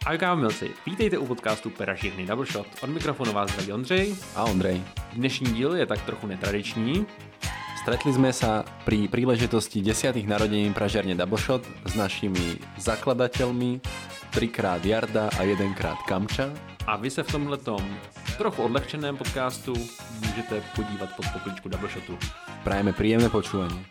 Ahoj kávomilci, vítejte u podcastu Peražírny Double Shot. Od mikrofonu vás zdraví Ondřej a Ondrej. Dnešní díl je tak trochu netradiční. Stretli sme sa pri príležitosti 10. narodenín Pražiarne Double Shot s našimi zakladateľmi, 3x Jarda a 1x Kamča. A vy se v tomhletom trochu odlehčeném podcastu můžete podívat pod pokličku Double Shotu. Prajeme príjemné počúvanie.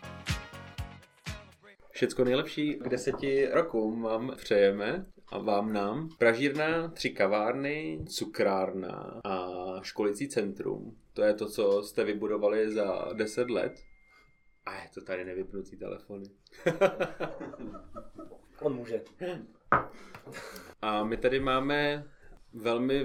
Všecko nejlepší k 10 rokům vám přejeme a vám nám. Pražírna, 3 kavárny, cukrárna a školicí centrum. To je to, co jste vybudovali za 10 let. A je to tady nevypnutý telefony. On může. A my tady máme velmi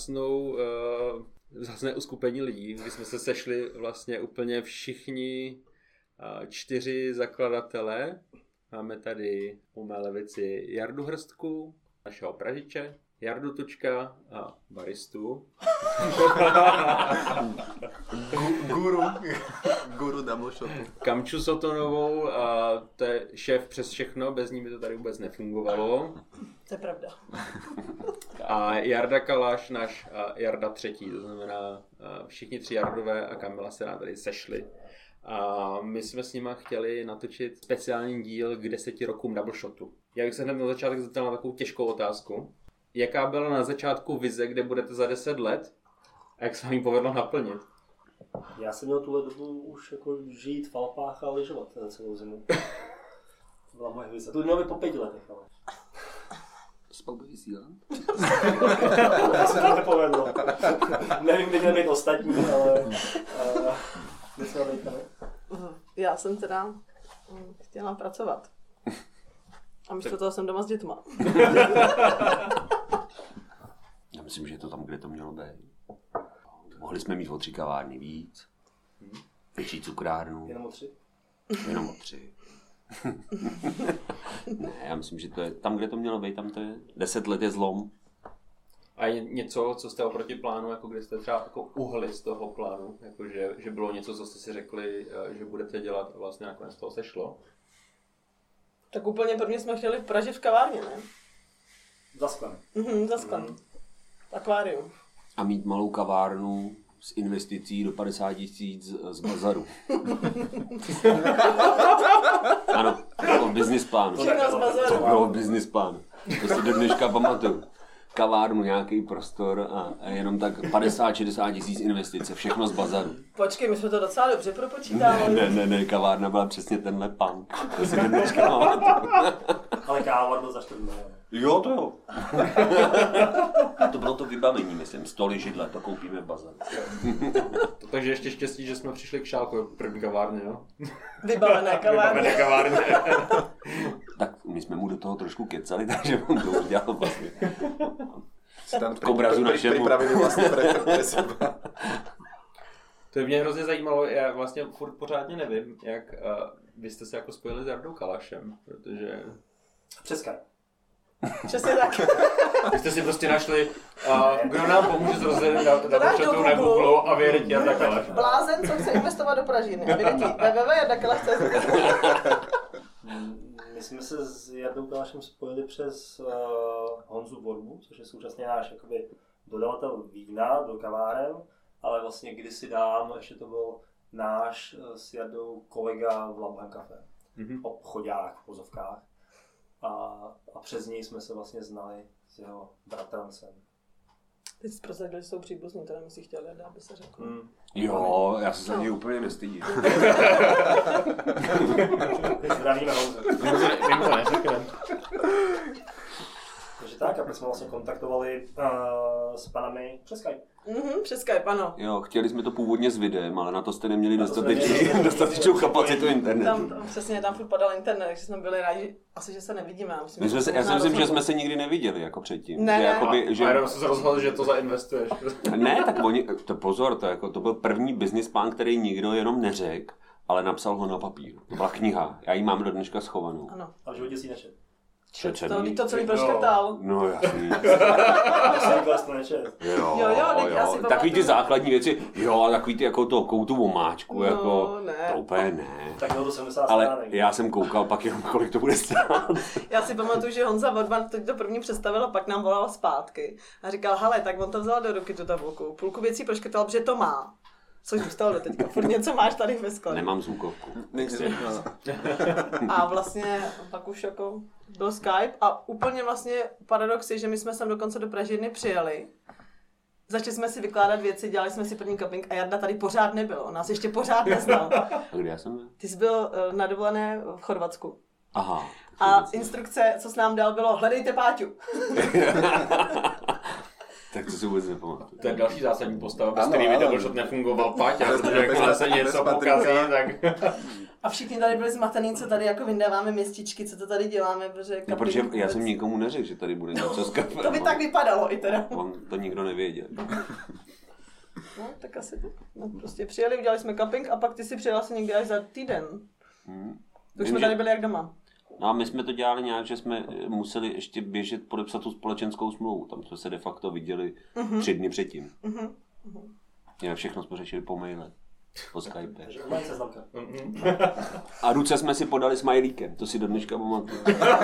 vzácné uskupení lidí, kdy jsme se sešli vlastně úplně všichni 4 zakladatelé. Máme tady u mé levici Jardu Hrstku, našeho Pražiče, Jardu Tučka a baristu. Guru Double Shotu. Kamču Sotonovou, a to je šéf přes všechno, bez ní by to tady vůbec nefungovalo. To je pravda. A Jarda Kalaš, náš Jarda třetí, to znamená všichni 3 Jardové a Kamila se nám tady sešli. A my jsme s nima chtěli natočit speciální díl k 10 rokům Double Shotu. Já bych se hned na začátek zeptal na takovou těžkou otázku. Jaká byla na začátku vize, kde budete za 10 let a jak se vám ji povedlo naplnit? Já jsem měl tuhle dobu už jako žít v Alpách a lyžovat celou zimu. To byla moje vize. To mělo být po 5 letech, ale. Spolu by vysílám? Já se to nepovedlo. Nevím, kdy měl být ostatní, ale... Já jsem teda chtěla pracovat. A místo toho jsem doma s dětma. Já myslím, že je to tam, kde to mělo být. Mohli jsme mít o 3 kavárny víc. Větší cukrárnu. Jenom o 3? Jenom o 3. Ne, já myslím, že to je tam, kde to mělo být, tam to je 10 let je zlom. A je něco, co jste oproti plánu, jako kde jste třeba jako uhli z toho plánu, jako že bylo něco, co jste si řekli, že budete dělat a vlastně nakonec toho sešlo? Tak úplně prvně jsme chtěli v Praži v kavárně, ne? Za sklen. Za sklen. Akvárium. A mít malou kavárnu s investicí do 50 000 z bazaru. Ano, to bylo v business plánu. To bylo v business plánu. To si do dneška pamatuju. Kavárnu, nějaký prostor a jenom tak 50-60 tisíc investice, všechno z bazaru. Počkej, my jsme to docela dobře propočítávali. Ne, kavárna byla přesně tenhle punk. To si do dneška pamatuju. Ale káva byl za 4 miliony. Jo, to jo. To bylo to vybavení, myslím, stoly, židle, to koupíme v bazaru. Takže ještě štěstí, že jsme přišli k Šálku první kavárně, jo? Vybavené kavárně. Tak my jsme mu do toho trošku kecali, takže on to udělal vlastně. K obrazu našemu. Připravili vlastně pre seba. To mě hrozně zajímalo, já vlastně furt pořádně nevím, jak vy jste se jako spojili s Jardou Kalašem, protože... Přes Skype. Přesně tak. Vy jste si prostě našli, kdo nám pomůže s rozhledem Double Shotu na Google a vyjedete Jarda Kalaš. Blázen, co chce investovat do Pražírny. A vyjedete www.jardakalaš.cz. My jsme se s Jardou Kalašem spojili přes Honzu Borbu, což je současně náš jakoby dodavatel vína do kaváren, ale vlastně kdysi dávno ještě to byl náš s Jardou kolega v Labuhan Café. Obchodák v pozovkách. A přes něj jsme se vlastně znali s jeho bratrancem. Teď jsi prozradil, že jsou příbuzní, to nemusí chtěl Jarda, aby se řekl. Jo, já se za něj úplně nestydím. Zdravíme Honzu. Vím to neřekne. Takže tak, a my jsme vlastně kontaktovali s panami přes Skype. Přes Skype, ano. Jo, chtěli jsme to původně s videem, ale na to jste neměli dostatečnou kapacitu internetu. Přesně, tam furt padal internet, takže jsme byli rádi, asi, že se nevidíme. Já si myslím, že jsme se nikdy neviděli jako předtím. Ne. Že a jenom jsem se rozhodl, že to zainvestuješ. Ne, tak pozor, to byl první business plán, který nikdo jenom neřekl, ale napsal ho na papír. To byla kniha, já ji mám do dneška schovanou. Ano. A v životě si ji nečet. To celý proškrtal. No jasný. To jsem vlastně nečet. Jo, já si Takový ty základní věci, jo, a takový ty jako toho koutu omáčku, jako, ne. to úplně ne. Tak bylo to 70 Ale stránek. já jsem koukal pak jenom, kolik to bude stát. Já si pamatuju, že Honza Vodman to první představil a pak nám volal zpátky. A říkal, hele, tak on to vzal do ruky, tu tabulku. Půlku věcí proškrtal, protože to má. Což zůstalo do teďka. Furt něco máš tady ve skladě. Nemám zvukovku. A vlastně pak už jako byl Skype a úplně vlastně paradox je, že my jsme sem dokonce do Pražírny přijeli. Začali jsme si vykládat věci, dělali jsme si první camping a Jarda tady pořád nebyl. On nás ještě pořád neznal. A kde já jsem byl? Ty jsi byl na dovolené v Chorvatsku. Aha. A instrukce, co jsi nám dal, bylo hledejte Páťu. Tak to si vůbec nepamatuju. To je další zásadní postava, bez kterými Doubleshot nefungoval Páťa, protože jakmile se něco pokazí, tak... A všichni tady byli zmatený, co tady jako vyndáváme městičky, co to tady děláme, protože... No, protože já jsem nikomu neřekl, že tady bude něco s kafem. To by tak vypadalo i teda. On to nikdo nevěděl. No, tak asi to. No, prostě přijeli, udělali jsme camping a pak ty si přijel asi někdy až za týden. To už jsme tady byli jak doma. No a my jsme to dělali nějak, že jsme museli ještě běžet podepsat tu společenskou smlouvu. Tam jsme se de facto viděli 3 dny předtím. Jinak všechno jsme řešili po maile. Po Skype. A ruce jsme si podali smajlíkem, to si do dneška pamatuju.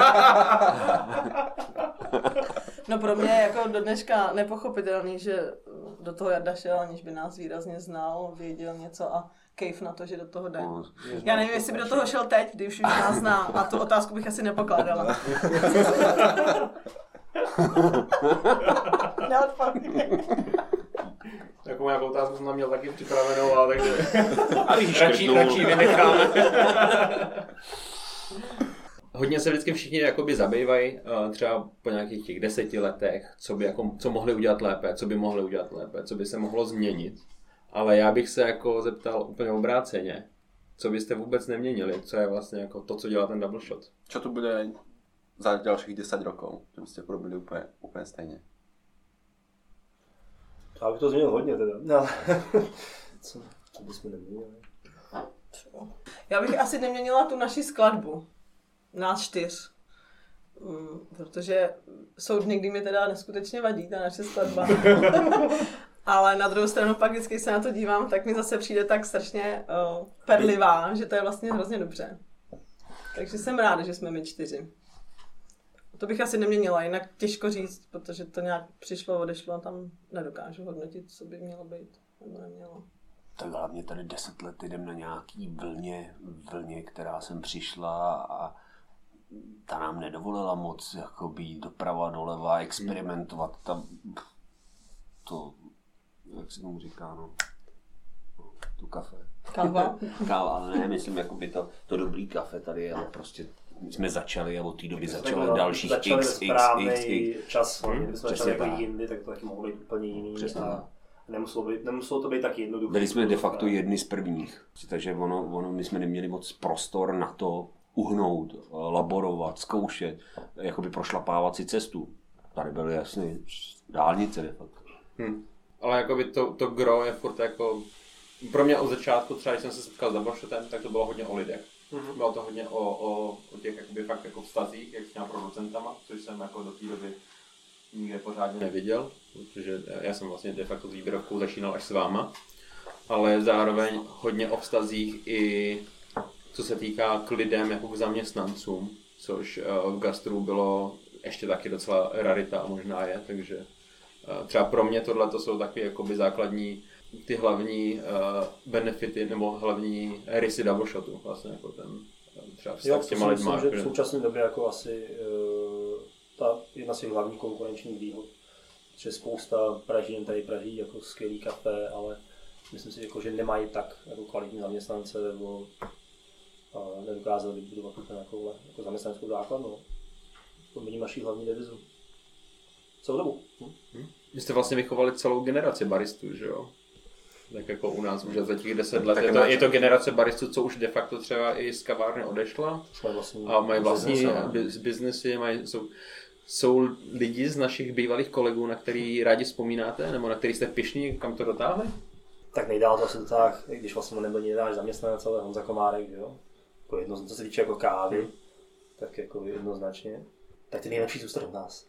No pro mě je jako do dneška nepochopitelný, že do toho Jarda šel, aniž by nás výrazně znal, věděl něco a kejf na to, že do toho jde. No, Já nevím, jestli by do toho šel teď, když už nás zná a tu otázku bych asi nepokládala. Takovou nějakou otázku jsem tam měl taky připravenou, ale takže radši vynecháme. Hodně se vždycky všichni jakoby zabývají, třeba po nějakých těch 10 letech, co mohli udělat lépe, co by se mohlo změnit. Ale já bych se jako zeptal úplně obráceně, co byste vůbec neměnili, co je vlastně jako to, co dělá ten Doubleshot. Čo tu bude za dalších 10 rokov, že byste porobili úplně stejně? Já bych to změnil hodně teda. No. Co bychom neměnili? Já bych asi neměnila tu naši skladbu. Nás 4. Protože jsou dny, kdy mi teda neskutečně vadí ta naše skladba. Ale na druhou stranu pak vždycky se na to dívám, tak mi zase přijde tak strašně perlivá, že to je vlastně hrozně dobře. Takže jsem ráda, že jsme my 4. To bych asi neměnila, jinak těžko říct, protože to nějak přišlo, odešlo a tam nedokážu hodnotit, co by mělo být nebo nemělo. Tak hlavně tady 10 let jdem na nějaký vlně, která sem přišla a ta nám nedovolila moc jako být doprava, doleva, experimentovat tam to, jak se tomu říká, no, tu kafe. Káva? Káva, ale ne, myslím, jakoby to dobrý kafe tady je, ale prostě my jsme začali a od té doby začalo dalších x. čas, kdyby jsme začali jako jindy, tak to taky mohlo být úplně jiný. Nemuselo to být tak jednoduché. Byli jsme de facto jedni z prvních, takže my jsme neměli moc prostor na to uhnout, laborovat, zkoušet, jakoby prošlapávat si cestu. Tady byly jasný dálnice de facto. Ale jakoby to gro je furt jako, pro mě od začátku, třeba když jsem se setkal s DoubleShotem, tak to bylo hodně o lidech. Bylo to hodně o těch jakoby fakt jako vztazích, jak s těma producentama, což jsem jako do té doby nikde pořádně neviděl, protože já jsem vlastně de facto s výběrovkou začínal až s váma, ale zároveň hodně o vztazích i co se týká k lidem jako k zaměstnancům, což v gastru bylo ještě taky docela rarita a možná je, takže třeba pro mě tohle to jsou takové jakoby základní ty hlavní benefity nebo hlavní rysy Doubleshotu, vlastně jako ten třeba vztah s těma lidma. Myslím, že v současné době jako asi ta jedna z těch hlavních konkurenčních výhod, že spousta Pražín tady praží jako skvělý kafe, ale myslím si, jako, že nemají tak jako kvalitní zaměstnance nebo nedokázali vybudovat ten jako zaměstnaneckou základnu. To vidím naší hlavní devizu. Celou dobu. Vy jste vlastně vychovali celou generaci baristů, že jo? Tak jako u nás už za těch 10 let je to generace baristů, co už de facto třeba i z kavárny odešla a mají vlastní biznesy, jsou lidi z našich bývalých kolegů, na který rádi vzpomínáte, nebo na který jste pyšní, kam to dotáhli? Tak nejdál to asi dotáhl, když vlastně nebyl nikdy náš zaměstnanec, ale Honza Komárek, jo? Jako co se týče jako kávy, tak jako jednoznačně. Tak ty nejlepší zůstanou u nás.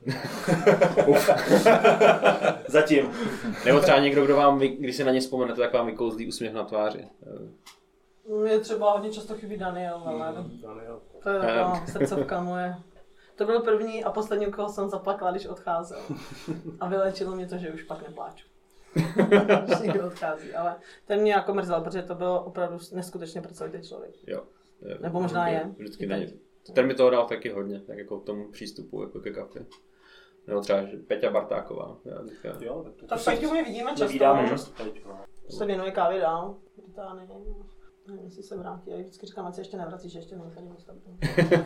Zatím. Nebo třeba někdo, kdo vám, když si na ně vzpomenete, tak vám vykouzlí úsměv na tváři. Mě třeba hodně často chybí Daniel. To je taková srdcovka moje. To byl první a poslední, koho jsem zaplakala, když odcházel. A vylečilo mě to, že už pak nepláču. Když někdo odchází, ale ten mě jako mrzel, protože to bylo opravdu neskutečně pracovitý člověk. Jo. Nebo možná je. Vždycky není. Ten mi toho dal taky hodně, tak jako k tomu přístupu jako ke kafi. Nebo třeba Peťa Bartáková. Jo, tak Peťu my vidíme často. Nevídáme často. Se věnuje kávě dál. Nevím, jestli se vrátí. Já vždycky říkám, ať se ještě nevracíš, ještě nejsem ostatní.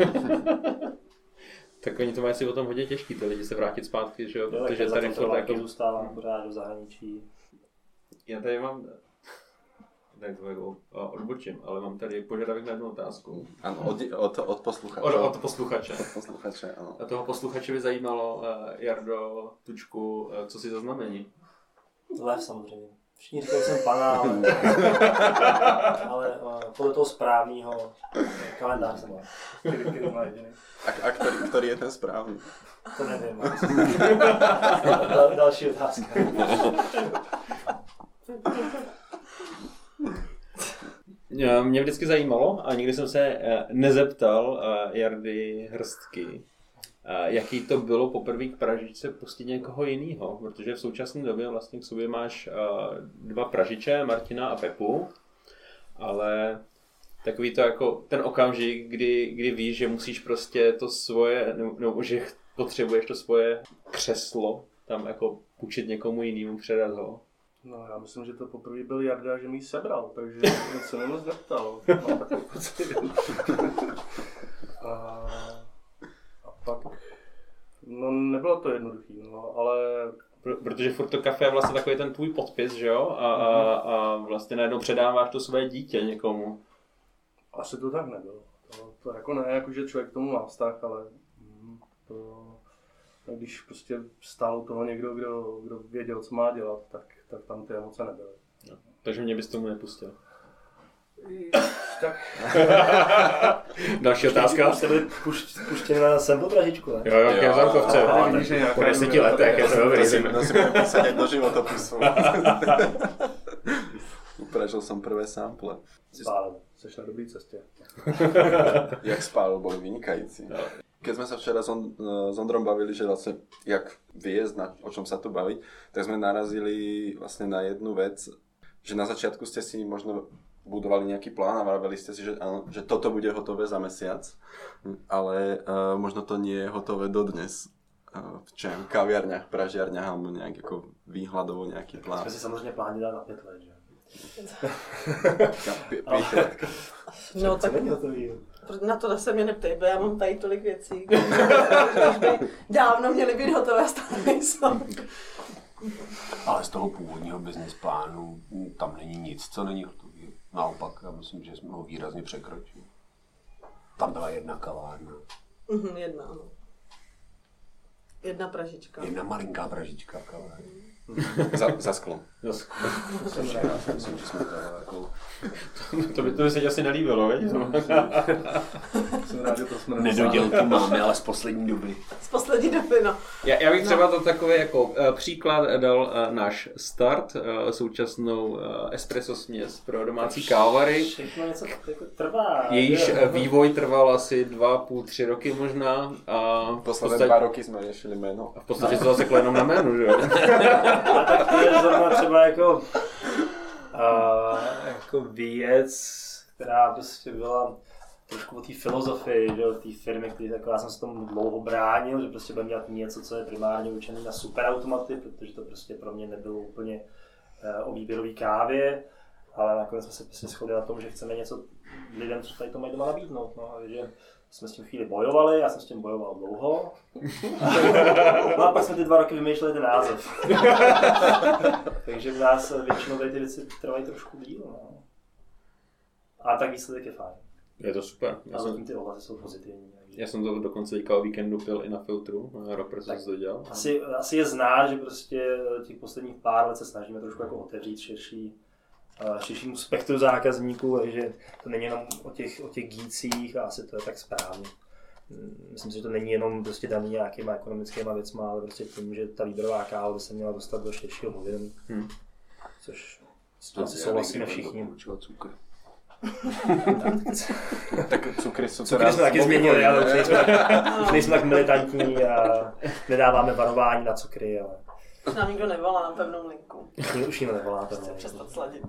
Tak oni to mají si o tom hodně těžký, ty lidi se vrátit zpátky, že jo? Protože tady to taky zůstávám pořád do zahraničí. Já tady mám, tak to jako odbočím, ale mám tady požadavek na jednu otázku. Ano, od posluchače. Od posluchače. Od posluchače, ano. A toho posluchače by zajímalo, Jardo, Tučku, co si to znamení? Lev samozřejmě. Všichni říkají, že jsem pana, ale podle toho správného kalendář jsem lev. A který je ten správný? To nevím. Další otázka. Mě vždycky zajímalo a nikdy jsem se nezeptal Jardy Hrstky, jaký to bylo poprvé k pražičce pustit někoho jiného, protože v současné době vlastně k sobě máš dva pražiče, Martina a Pepu, ale takový to jako ten okamžik, kdy víš, že musíš prostě to svoje, nebo že potřebuješ to svoje křeslo tam jako půjčit někomu jinému, předat ho. No, já myslím, že to poprvé byl Jarda, že mi ji sebral, takže se mi moc neptal. Mám takový pocit. A pak, no nebylo to jednoduchý, no, ale... Protože furt to kafe je vlastně takový ten tvůj podpis, že jo? A vlastně najednou předáváš to své dítě někomu. Asi to tak nebylo. To jako ne, jako že člověk k tomu má vztah, ale to... Když prostě stál toho někdo, kdo věděl, co má dělat, tak tam ty emoce nebyly. No, takže mě bys tomu nepustil. Tak. Další otázka. Jste byli puštěni na sample pražičku, ne? Jo, Kezankovce. Po 10 letech je to dobrý. Musíme písať aj do životopisu. Upražil som prvé sample. Spálil, seš na dobrý cestě. Jak spálil, boli vynikající. Keď sme sa včera s Ondrom bavili, že vlastne jak viesť, o čom sa tu baviť, tak sme narazili vlastne na jednu vec, že na začiatku ste si možno budovali nejaký plán a vraveli ste si, že, áno, že toto bude hotové za mesiac, ale možno to nie je hotové dodnes. V kaviarniach, pražiarniach alebo nejak ako výhľadovo nejaký plán. Jsme si samozřejmě plány dát na 5 let, že? No tak není hotový. na to se mě neptej, bo já mám tady tolik věcí, které by dávno měly být hotové a stále nejsou. Ale z toho původního business plánu tam není nic, co není hotový. Naopak, já myslím, že jsme ho výrazně překročili. Tam byla jedna kavárna. Jedna, ano. Jedna pražička. Jedna malinká pražička kavárna. Za sklom. To by se ti asi nelíbilo, veď? Jsem rád, že to jsme Nedodělky máme, ale z poslední doby. Z poslední doby, no. Já bych třeba to takový jako příklad dal náš start, současnou espresso směs pro domácí kávary. Všechno něco jako trvá. Jejíž vývoj trval asi 2,5-3 roky možná. A Posledné 2 roky jsme řešili jméno. A v podstatě to zaseklo jenom na jménu, že jo? Ale tak to je zrovna třeba jako věc, která prostě byla trošku o té filozofii, že, té firmy, který jako já jsem se tomu dlouho bránil, že prostě budeme dělat něco, co je primárně určené na superautomaty, protože to prostě pro mě nebylo úplně o výběrové kávě, ale nakonec jsme se prostě shodli na tom, že chceme něco lidem, co tady to mají doma nabídnout. No, a že jsme s tím chvíli bojovali, já jsem s tím bojoval dlouho. No a pak jsme ty 2 roky vymýšleli ten název. Takže v nás většinou ty věci trvají trošku díl. No. A tak výsledek je fajn. Je to super. Ty ohlasy jsou pozitivní. Já jsem to dokonce teďka o víkendu pil i na filtru, Roper jsem to dělal. Asi je znát, že prostě těch posledních pár let se snažíme trošku jako otevřít širšímu spektru zákazníků, takže to není jenom o těch geecích a asi to je tak správně. myslím si, že to není jenom prostě daný nějakýma ekonomickýma věcma, ale prostě tím, že ta výběrová káva by se měla dostat do širšího povědomí. Což s tím asi souhlasíme všichni. Tak cukry jsou Cukry jsme taky změnili, ale už nejsme tak militantní a nedáváme varování na cukry, ale... Už nám nikdo nevolá na pevnou linku. Už nikdo nevolá na pevnou linku. Přestat sladit.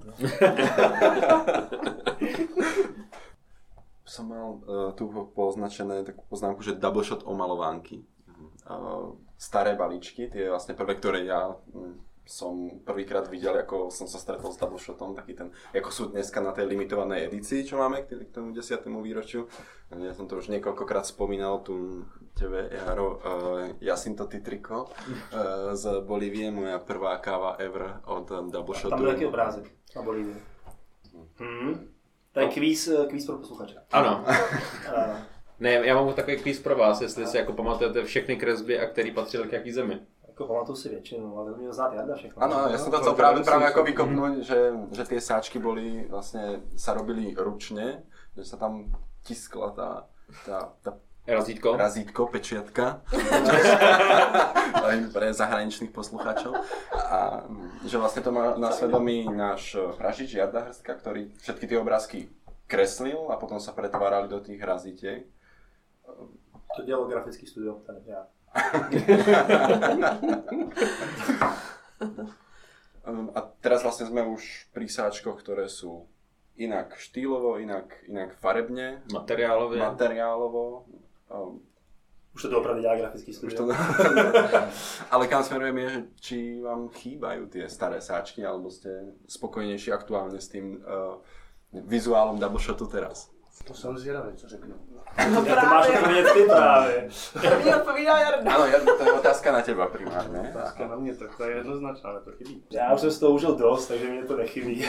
Som mal tu poznačené takú poznámku, že double shot omalovánky. Staré balíčky, tie vlastne prvé, ktoré ja som prvýkrát videl, ako som sa stretol s double shotom, taký ten, ako sú dneska na tej limitovanej edícii, čo máme k tomu 10. výročiu. Ja som to už niekoľkokrát spomínal tu tebe, Jaro, Jacinto Titrico z Bolívie, moja prvá káva ever od double shotu. Tam byl taký obrázek na Bolívii. To je kvíz pro posluchače. Ano. Ne, já mám takový kvíz pro vás, jestli si jako pamatujete všechny kresby a který patřil k jaký zemi. Jako pamatuju si většinu, ale to měl znát Jarda všechno. Áno, ja som to chcel práve ako vykopnúť, že tie sáčky boli vlastne, sa robili ručne, že sa tam tiskla tá razítko, pečiatka aj pre zahraničných poslucháčov. A že vlastne to má na svedomí náš pražič Jarda Hrstka, ktorý všetky tie obrázky kreslil a potom sa pretvárali do tých razítiek. To dělal grafický studio, ten já. A teraz vlastne sme už pri sáčkoch, ktoré sú inak štýlovo, inak farebne, materiálovo. Už to opravdu dělá grafický studio. Ale kam smerujeme je, že či vám chýbajú tie staré sáčky, alebo ste spokojnejší aktuálne s tým vizuálom double shotu teraz? To jsem zvědavý, co řeknu. No Já to máš odpovědět ty právě. Mě odpovídá Jarda. Ano, Jarda, to je otázka na teba primárně. Otázka na mě, tak to je jednoznačná, ale to chybí. Já už jsem z toho užil dost, takže mě to nechybí.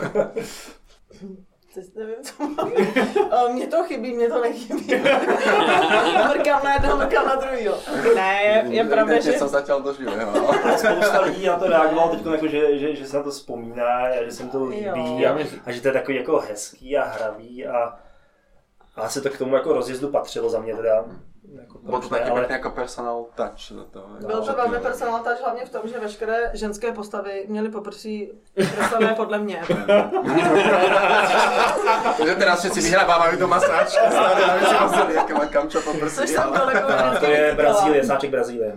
Teď nevím, co mám. Mně to chybí, mně to nechybí. Mrkám na jednoho, mrkám na druhýho. Ne, je pravda, že... jsem zatiaľ dožil, jo. Ale spousta lidí na to reagovalo teď, jako, že se na to vzpomíná a že se mi to líbí a že to je takový jako hezký a hravý a se to k tomu jako rozjezdu patřilo za mě teda. Jako Bylo to taky pěkně jako personal touch do toho. Byl to velmi personal touch, hlavně v tom, že veškeré ženské postavy měly poprsí kreslené podle mě. Takže teraz všetci vyhrabávajú do masáčky, stále aby si museli, jaké má kamčo poprsí. Což jsem kolegové to je Brazílie, sáček Brazílie.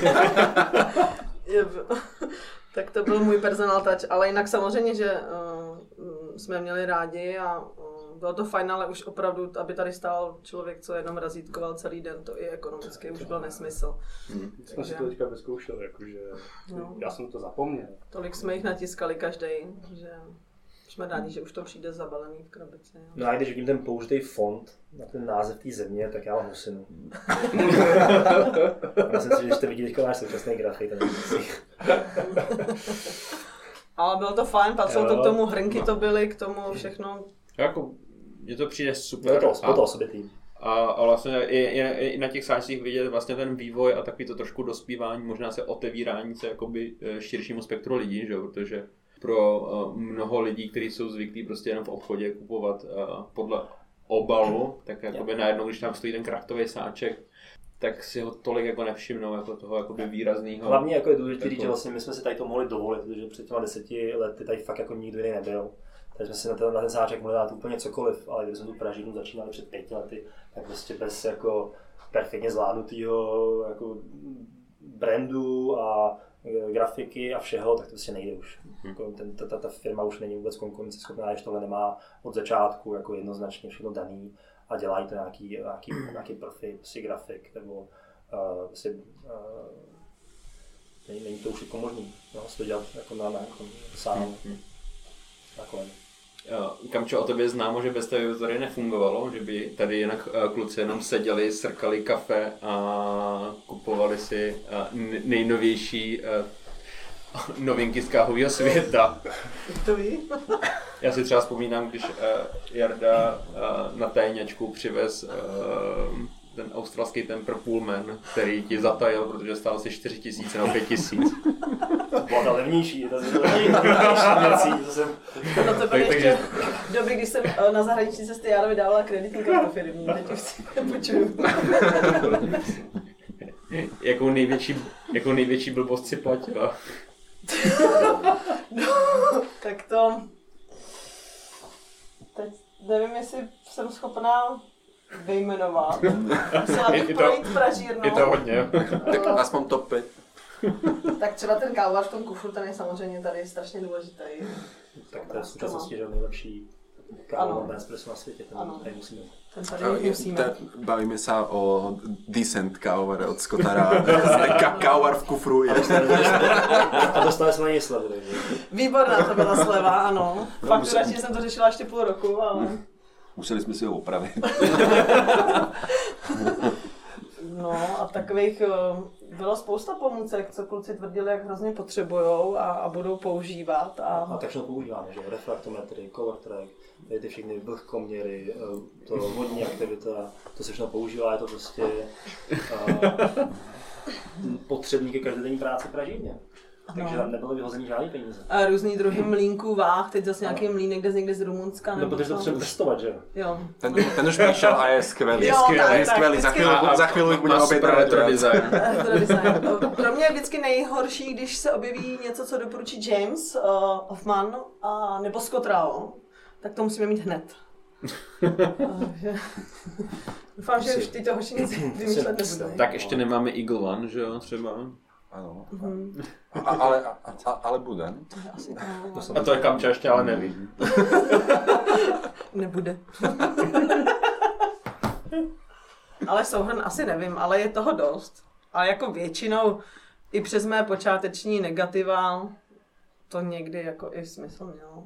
Tak to byl můj personal touch, ale jinak samozřejmě, že jsme měli rádi a bylo to fajn, ale už opravdu, aby tady stál člověk, co jenom razítkoval celý den, to i ekonomicky už byl nesmysl. Jsme si to teďka vyzkoušeli, jakože já jsem to zapomněl. Tolik jsme jich natiskali každej, že jsme rádi, že už to přijde zabalený v krabici. Jo. No a když vidím ten použitý font na ten název té země, tak já mám husinu. Myslím si, že jste viděli teďka náš současný grafik. Ale bylo to fajn, patřilo to k tomu, hrnky to byly, k tomu všechno. Jako, mně to přijde super. Bylo to osobitý. A vlastně i na těch sáčcích vidět vlastně ten vývoj a takový to trošku dospívání, možná se otevírání se jakoby širšímu spektru lidí, že? Protože pro mnoho lidí, kteří jsou zvyklí prostě jenom v obchodě kupovat podle obalu, tak jakoby najednou, když tam stojí ten kraftový sáček, tak si ho tolik jako nevšimnou jako toho jakoby výraznýho. Hlavně jako je důležité říct, že vlastně my jsme si tady to mohli dovolit, protože před těma 10 lety tady fakt jako nikdo jiný nebyl. Takže jsme si na ten sáček mohli dát úplně cokoliv, ale když jsme tu pražinu začínali před 5 lety, tak prostě bez jako perfektně zvládnutého jako brandu a grafiky a všeho, tak to prostě nejde už. Jako ta firma už není vůbec konkurenceschopná, když tohle nemá od začátku jako jednoznačně všechno daný a dělají to nějaký profi, prostě grafik, nebo prostě není to už jako možný, no, to dělat jako na sám. Takhle. Kamčo, o tobě známo, že bez tebe to tady nefungovalo, že by tady jinak kluci jenom seděli, srkali kafe a kupovali si nejnovější novinky z káhového světa. To ví? Já si třeba vzpomínám, když Jarda na tajňačku přivez ten australský Temper Pullman, který ti zatajil, protože stál asi 4 000 nebo 5 000. Byla ta levnější, to věcí, co jsem... No to bylo ještě dobrý, když jsem na zahraniční cesty Járovi dávala kreditní kartu firmní, teď už si nepůjčuju. Jakou největší blbost si platila? No, tak to... Teď nevím, jestli jsem schopná vyjmenovat. Musela bych projít pražírnou. Je to hodně. Tak aspoň top 5. Tak třeba ten kávovar v tom kufru, ten je samozřejmě tady strašně důležitý. Tak to je v současnosti nejlepší kávovar na espresso na světě, ten tady musíme. Ten tady musíme. Bavíme se o decent kávovar od Scottara. Kávovar v kufru. A dostali jsme na něj slevu, takže... Výborná to byla sleva, ano. Fakturačně jsem to řešila ještě půl roku, ale... Museli jsme si ho opravit. No a takových bylo spousta pomůcek, co kluci tvrdili, jak hrozně potřebujou a budou používat. A tak všechno používáme, že? Refraktometry, color track, ty všechny vlhkoměry, to vodní aktivita, to se všechno používá, je to prostě potřebný ke každodenní práci v pražírně. Takže tam nebylo vyhozený žádný peníze. A různý druhy mlýnků, váh, teď zase nějaký mlýnek, kde někde z Rumunska. No, protože to potřebujeme testovat, že? Jo. Ten už přišel a je skvělý. Jo, Je skvělý. Za chvíli jich budeme obět retro design. Pro mě je vždycky nejhorší, když se objeví něco, co doporučí James Hoffman nebo Scott Rao, tak to musíme mít hned. Doufám, že už ty toho hoši nic vymýšlet nebudou. Tak ještě nemáme Eagle One, že jo, třeba. Ano. Ale bude. A to je Kamča ještě ale neví. Nebude. Ale souhrn asi nevím, ale je toho dost. Ale jako většinou i přes mé počáteční negativa to někdy jako i smysl mělo.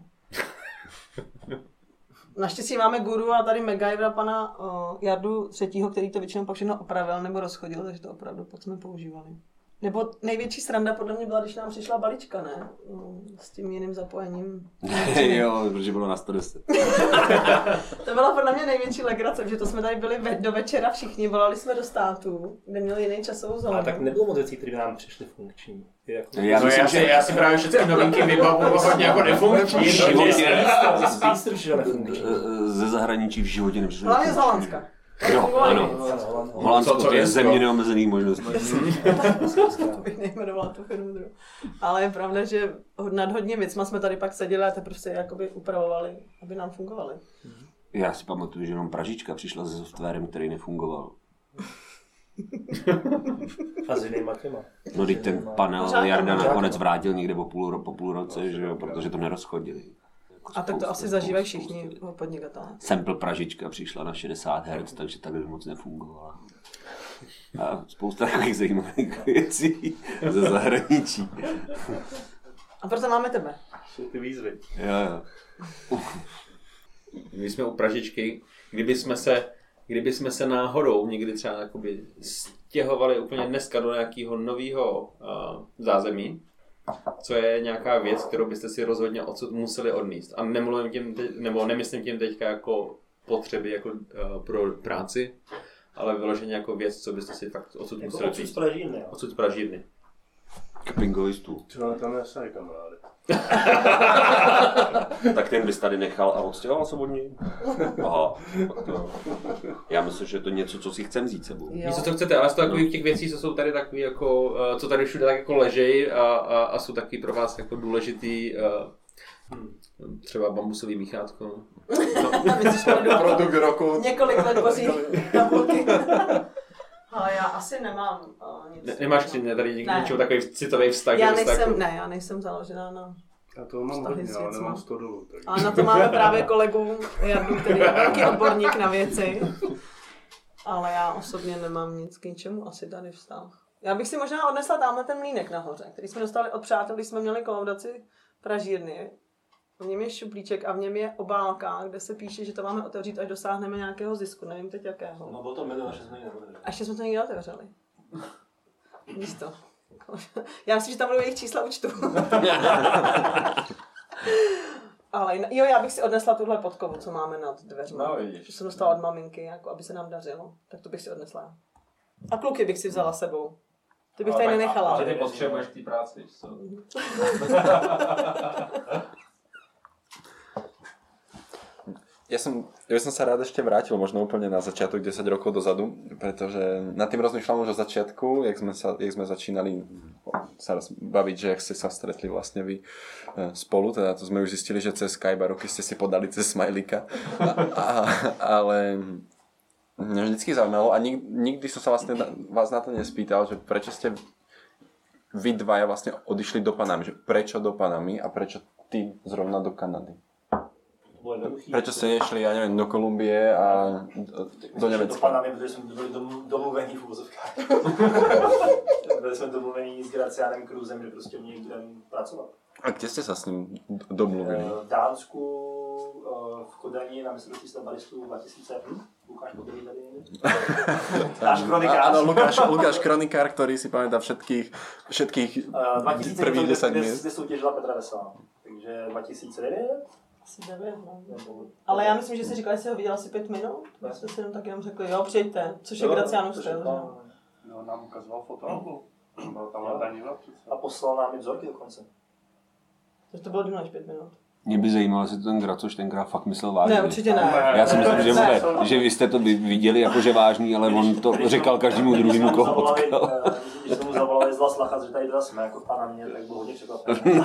Naštěstí máme guru a tady MacGyvera pana Jardu III., který to většinou pak všechno opravil nebo rozchodil, takže to opravdu pak jsme používali. Nebo největší sranda podle mě byla, když nám přišla balíčka, ne? S tím jiným zapojením. Jo, protože bylo na 110. To byla podle mě největší legrace, že to jsme tady byli do večera všichni, volali jsme do státu, kde měli jiný časovou zónu. Ale tak nebylo moc věcí, které by nám přišly funkční. Jako... Já si právě všechny novinky vybavuju hodně jako nefunkční. Ze zahraničí v životě nepřišlo. Hlavně z Holandska. Jo, ano. Holandsko je země neomezených možností. To bych nejmenovala tu firmu druhou. Ale je pravda, že nad hodně věcma jsme tady pak seděli a teprve se jakoby upravovali, aby nám fungovaly. Já si pamatuju, že jenom Pražička přišla se softwarem, který nefungoval. A s jinýma těma. No teď ten panel Jarda nakonec vrátil někde po půl roce, že jo, protože to nerozchodili. A tak to asi zažívají všichni podnikatelé. Sample Pražička přišla na 60 Hz, takže takhle moc nefungovala. A spousta takových zajímavých věcí ze zahraničí. A proto máme tebe. Jsou ty výzvy. Jo. My jsme u Pražičky, kdybychom se náhodou někdy třeba jakoby stěhovali úplně dneska do nějakého nového zázemí, co je nějaká věc, kterou byste si rozhodně odsud museli odníst. A nemyslím tím teďka jako potřeby jako pro práci, ale vyloženě jako věc, co byste si fakt odsud jako museli přijít. Odsud z pražírny. Kepingový stůl. Třeba tam nesají kamarády. Tak ten bys tady nechal a odstěhoval se od něj? Aha, tak to. Já myslím, že je to něco, co si chcem vzít sebou. Víš, co chcete, ale z takových těch věcí, co jsou tady takový jako, co tady všude tak jako ležejí a jsou taky pro vás jako důležitý, třeba bambusový míchátko. Produkt roku. Několik let boří tabulky. Ale já asi nemám nic. Nemáš tady něčeho takový citový vztah? Já nejsem založená na Já to mám hodně, ale nemám 100 dolů. Takže... Ale na to máme právě kolegu Jardu, který je velký odborník na věci. Ale já osobně nemám nic k ničemu asi tady vztah. Já bych si možná odnesla tamhle ten mlýnek nahoře, který jsme dostali od přátel, když jsme měli kolaudaci pražírny. V něm je šuplíček a v něm je obálka, kde se píše, že to máme otevřít, až dosáhneme nějakého zisku. Nevím teď jakého. No bylo to jméno, že jsme ji neotevřeli. A ještě jsme to nikdy otevřeli. Víš to. Já myslím, že tam budou jejich čísla účtu. Ale jo, já bych si odnesla tuhle podkovu, co máme nad dveřma. No, vidíš. Že jsem dostala od maminky, jako aby se nám dařilo. Tak to bych si odnesla. A kluky bych si vzala sebou. Ty bych tady nenechala. Ale ty potřebuješ k té práci, co? Ja by som sa rád ešte vrátil možno úplne na začiatok 10 rokov dozadu, pretože nad tým rozmýšľam už od začiatku, jak sme začínali sa baviť, že jak ste sa stretli vlastne vy spolu, teda to sme už zistili, že cez Skype a roky ste si podali cez smajlíka, ale mňa vždycky zaujímalo a nikdy som sa vlastne vás na to nespýtal, že prečo ste vy dvaja vlastne odišli do Panamy, že prečo do Panamy a prečo ty zrovna do Kanady? Prečo ste nešli, ja neviem, do Kolumbie a do Německa? Do Panamy, protože jsme byli domluvení v uvozovkách. Byli jsme domluvení s Graciánem Cruzem, že prostě mě budeme pracovat. A kde jste se s ním domluvili? V Dánsku, v Kodani na mistrovství stabalistů 2000. Lukáš Podolí tady. Náš kronikář. Áno, Lukáš kronikár, ktorý si pamätá všetkých prvých 10 miest. Kde soutěžila Petra Veselá. Takže 2009. Asi 9, no. Ale já myslím, že si říkala, že jsi ho viděl asi 5 minut. My jsme si tak jenom řekli, jo, přijďte, což je Graciánův styl. No, nám ukazoval fotoalbu. Byla tam Danila přece. A poslal nám i vzorky dokonce. Takže to bylo díl než 5 minut. Mě by zajímalo, jestli to ten Gracoš tenkrát fakt myslel vážně. Ne, určitě ne. Já si myslím, že vy jste to viděli jakože vážný, ale on to říkal každému druhému, koho potkal. Když tomu zavolali z Las Lajas, že tady teda jsme jako v Panamě, tak byl hodně překvapený.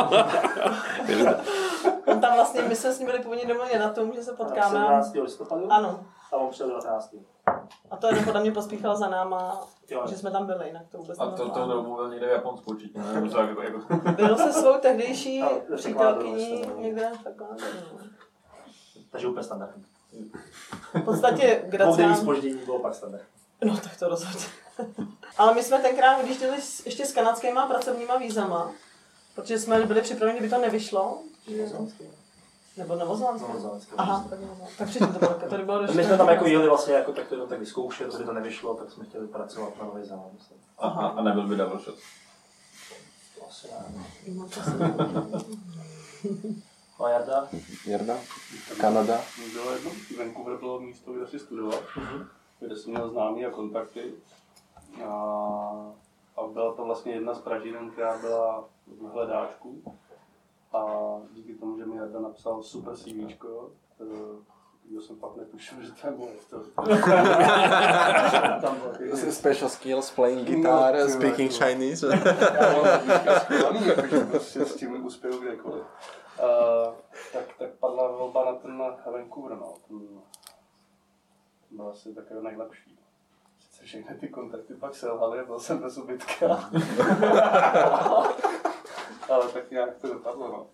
On tam vlastně, my jsme s ním byli původně domluveni na tom, že se potkáme. 17. listopadu? Ano. A on přijel 19. A to jenom podle mě pospíchal za náma, že jsme tam byli, jinak to vůbec nebylo. A to byl někde v Japonsku určitě, ne? Byl se svou tehdejší přítelkyní někde takhle. Takže úplně standardní. V podstatě Gracián... Poudenní zpoždění bylo pak standardní. No tak to rozhodně. Ale my jsme tenkrát vyjížděli ještě s kanadskýma pracovníma vízama, protože jsme byli připraveni, kdyby to nevyšlo. Nebo novozélandské? Aha, tak předtím to bylo, to bylo došlo. My jsme tam jako jeli vlastně jako tak to jenom tak vyzkoušet, kdyby to nevyšlo, tak jsme chtěli pracovat na Nový Zéland. Aha, a nebyl by double shot? To asi ne. No Jarda? Kanada? Bylo jedno, Vancouver bylo místo, kde si studoval, kde jsem měl známý a kontakty. A byla to vlastně jedna z Pražíren, která byla v hledáčku. A díky tomu, že mi Jarda napsal super CVčko, já jsem fakt netušil, že to je moje. Special skills, playing guitar, speaking Chinese. Já mám skvělý, jakože prostě s tím uspěju kdekoliv. Tak padla volba na ten Vancouver, no. Ten byl asi takový nejlepší. Sice všechny ty kontakty pak selhaly a byl jsem bez ubytka. Ale tak nějak to dopadlo, no.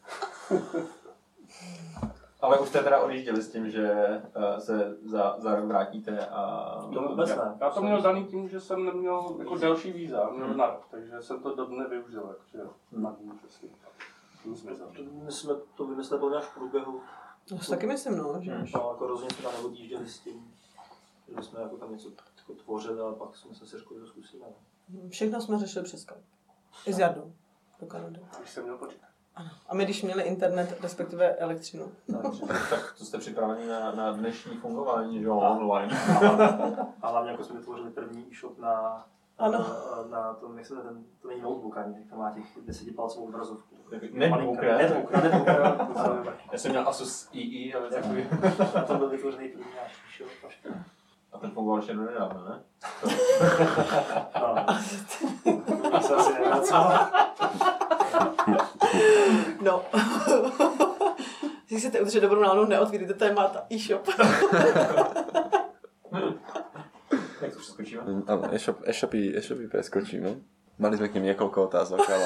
Ale už jste teda odjížděli s tím, že se za rok vrátíte a... To vůbec ne. Já to měl daný tím, že jsem neměl jako další víza, měl na rok, takže jsem to do dne využil, jakože nevím přesně. My jsme to vymysleli podle až v průběhu. Já si taky myslím, no, že... No, jako rozhodně jsme tam neodjížděli s tím, že jsme jako tam něco jako tvořili, ale pak jsme se řekli, že to zkusíme. Všechno jsme řešili přes Skype. I s Jardou do Kanady. Když jsem měl počítat. Ano. A my když měli internet, respektive elektřinu. Tak to jste připraveni na dnešní fungování, že jo, online. A hlavně jako jsme vytvořili první e-shop na tom, jak se to není notebook ani, to má těch 10palcovou obrazovku. Netbook, ne? Netbook. Já jsem měl Asus II, ale takový. A to byl vytvořený první náš e-shop. A ten fungoval ještě do nedávna, ne? No. Jsem asi nevracel. No. Když chcete udržet dobrou náladu, neotvírejte témata e-shop. Jak to přeskočíme? Áno, e-shopy preskočíme. Mali sme k nim niekoľko otázok, ale...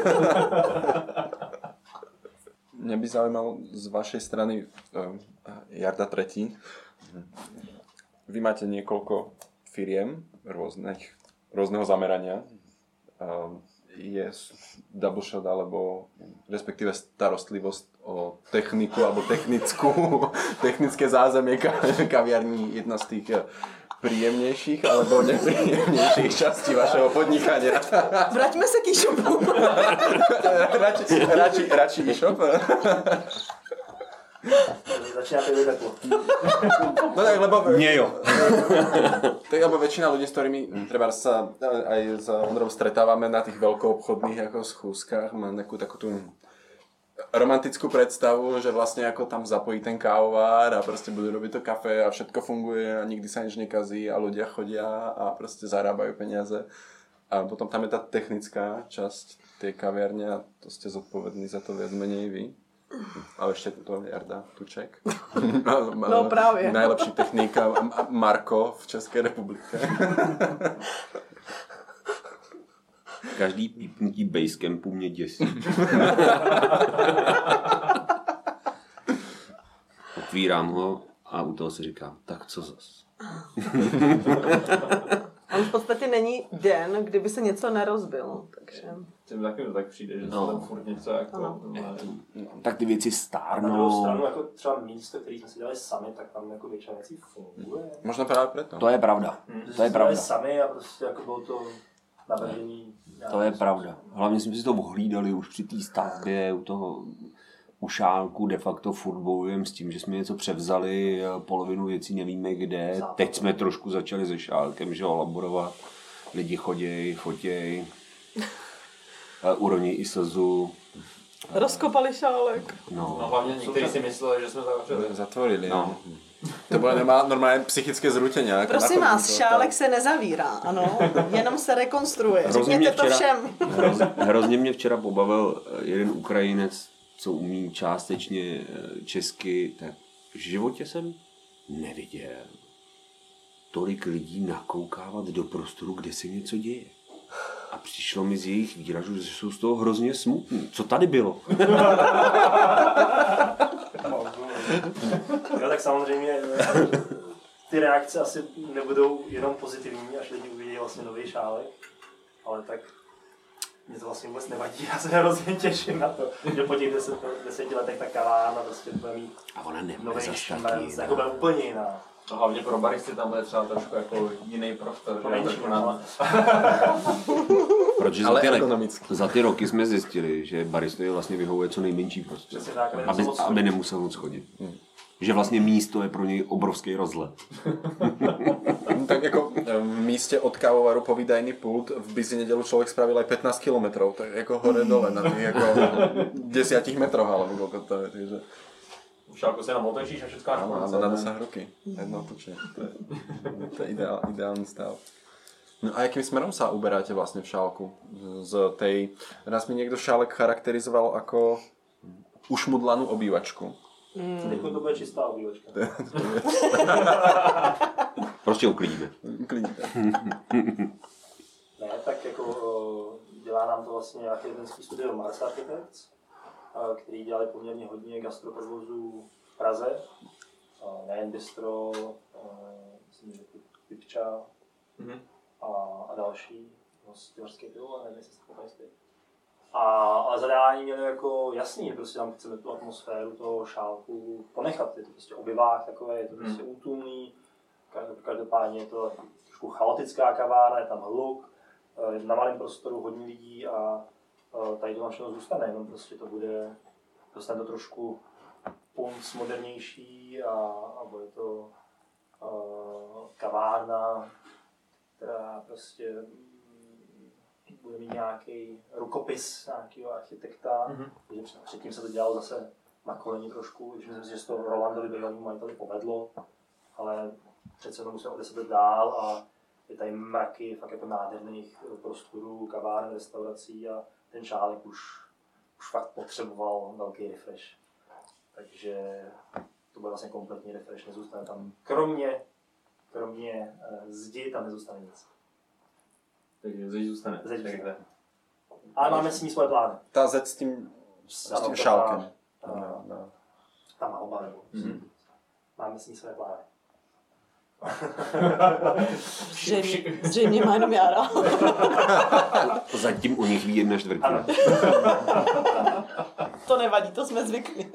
Mňa by zaujímalo z vašej strany, Jarda III. Vy máte niekoľko firiem rôzneho zamerania. Je double shot alebo respektíve starostlivosť o techniku alebo technické zázemie kaviarní jedna z tých príjemnejších alebo nepríjemnejších častí vašeho podnikania. Vraťme sa k e-shopu. Radši e-shop. Začíná to teplo. No tak, lebo... Mne jo. Tak, lebo väčšina ľudí, s ktorými treba sa aj s Ondrom stretávame na tých veľkoobchodných ako schúzkach, má nejakú takú tú romantickú predstavu, že vlastne ako tam zapojí ten kávovár a proste budú robiť to kafe a všetko funguje a nikdy sa nič nekazí a ľudia chodia a proste zarábajú peniaze. A potom tam je tá technická časť tej kaviarne a to ste zodpovední za to viac menej vy. Ale ešte to Jarda Tuček. No právě. Najlepší technika Marko v České republice. Každý pípnutí basecampu mě děsí. Otvírám ho a u toho si říkám, tak co zas. On v podstatě není den, kdyby se něco nerozbilo, takže... Tím taky to tak přijde, že se tam furt něco jako... Tak ty věci Na druhou stárnou. stranu, jako třeba místo, který jsme si dali sami, tak tam jako většina věcí funguje. Možno právě preto. To je pravda. Že To je si dali pravda. sami a prostě jako bylo to navržení. To je pravda. Hlavně jsme si to ohlídali už při té stavbě, u toho u šálku de facto furt bojujeme s tím, že jsme něco převzali, polovinu věcí nevíme kde. Teď jsme trošku začali se šálkem, že ho laborovat. Lidi choděj, fotěj, uroní i slzu. Rozkopali šálek. No hlavně někteří si mysleli, že jsme zavřeli. Zatvorili. No. To bylo normálně psychické zrútení. Jako Prosím vás, šálek se nezavírá, ano, jenom se rekonstruuje. Řekněte to všem. Hrozně mě včera pobavil jeden Ukrajinec, co umí částečně česky, tak v životě jsem neviděl tolik lidí nakoukávat do prostoru, kde se něco děje. A přišlo mi z jejich výrazu, že jsou z toho hrozně smutní. Co tady bylo? Jo, tak samozřejmě ty reakce asi nebudou jenom pozitivní, až lidi uvidí vlastně nový šálek, ale tak mě to vlastně vůbec nevadí, já se hrozně těším na to, že po těch 10 letech ta kavárna prostě bude mít A ona nebude nový zas šmrnc, taky. jako bude úplně jiná. A hlavně pro baristy tam bude třeba trošku jako jiný prostor. To menší, ale Protože Ale ekonomicky. za ty roky jsme zjistili, že baristovi vlastně vyhovuje co nejmenší prostor. přesně tak, Aby nemusel moc chodit. Že vlastně místo je pro něj obrovský rozhled. No, tak jako v místě od kávovaru po výdajný pult v Bizi nedělu člověk spravil aj 15 kilometrov, tak jako hore dole na tých jako 10 metroch, alebo koľko to je, takže... V šálku se nám otočíš a všechno máš Áno, konce. na dosah ruky. Jednotočne. To je ideálny stav. No a jakým smerom sa uberáte vlastne v šálku? Z tej... Raz mi niekto šálek charakterizoval ako ušmudlanú obývačku. teď to bude čistá obývačka. Prostě uklidíme. Klidně. Ne, tak jako dělá nám to vlastně architektonický studio Mars Architects, který dělali poměrně hodně gastroprovozů v Praze. Nejen bistro, myslím, že Pipča a další hostivařské pivo, nevím, jestli jste to jistý. Ale zadání měli jako jasný, prostě tam chceme tu atmosféru toho šálku ponechat. Je to prostě obyvák takové, je to prostě útulný, každopádně je to trošku chaotická kavárna, je tam hluk, na malém prostoru hodně lidí a tady to tam všechno zůstane, jenom prostě to bude, dostane to trošku punc modernější a bude to kavárna, která prostě bude mít nějaký rukopis nějakého architekta, protože předtím se to dělalo zase na koleni trošku, když myslím si, že se to Rolandovi bývalému majiteli povedlo, ale přece to musíme o 10 let dál a je tady mraky fakt jako nádherných prostorů, kaváren, restaurací a ten šálek už fakt potřeboval velký refresh. Takže to bude vlastně kompletní refresh, nezůstane tam, kromě zdi tam nezůstane nic. Takže zeď zůstane. Ale máme s ní svoje plány. Tá zeď s tím šálkem. Ta malba nebo. Máme s ní svoje plány. Zřejmě má jenom Jára. Zatím u nich ví 1/4. To nevadí, to jsme zvyklí.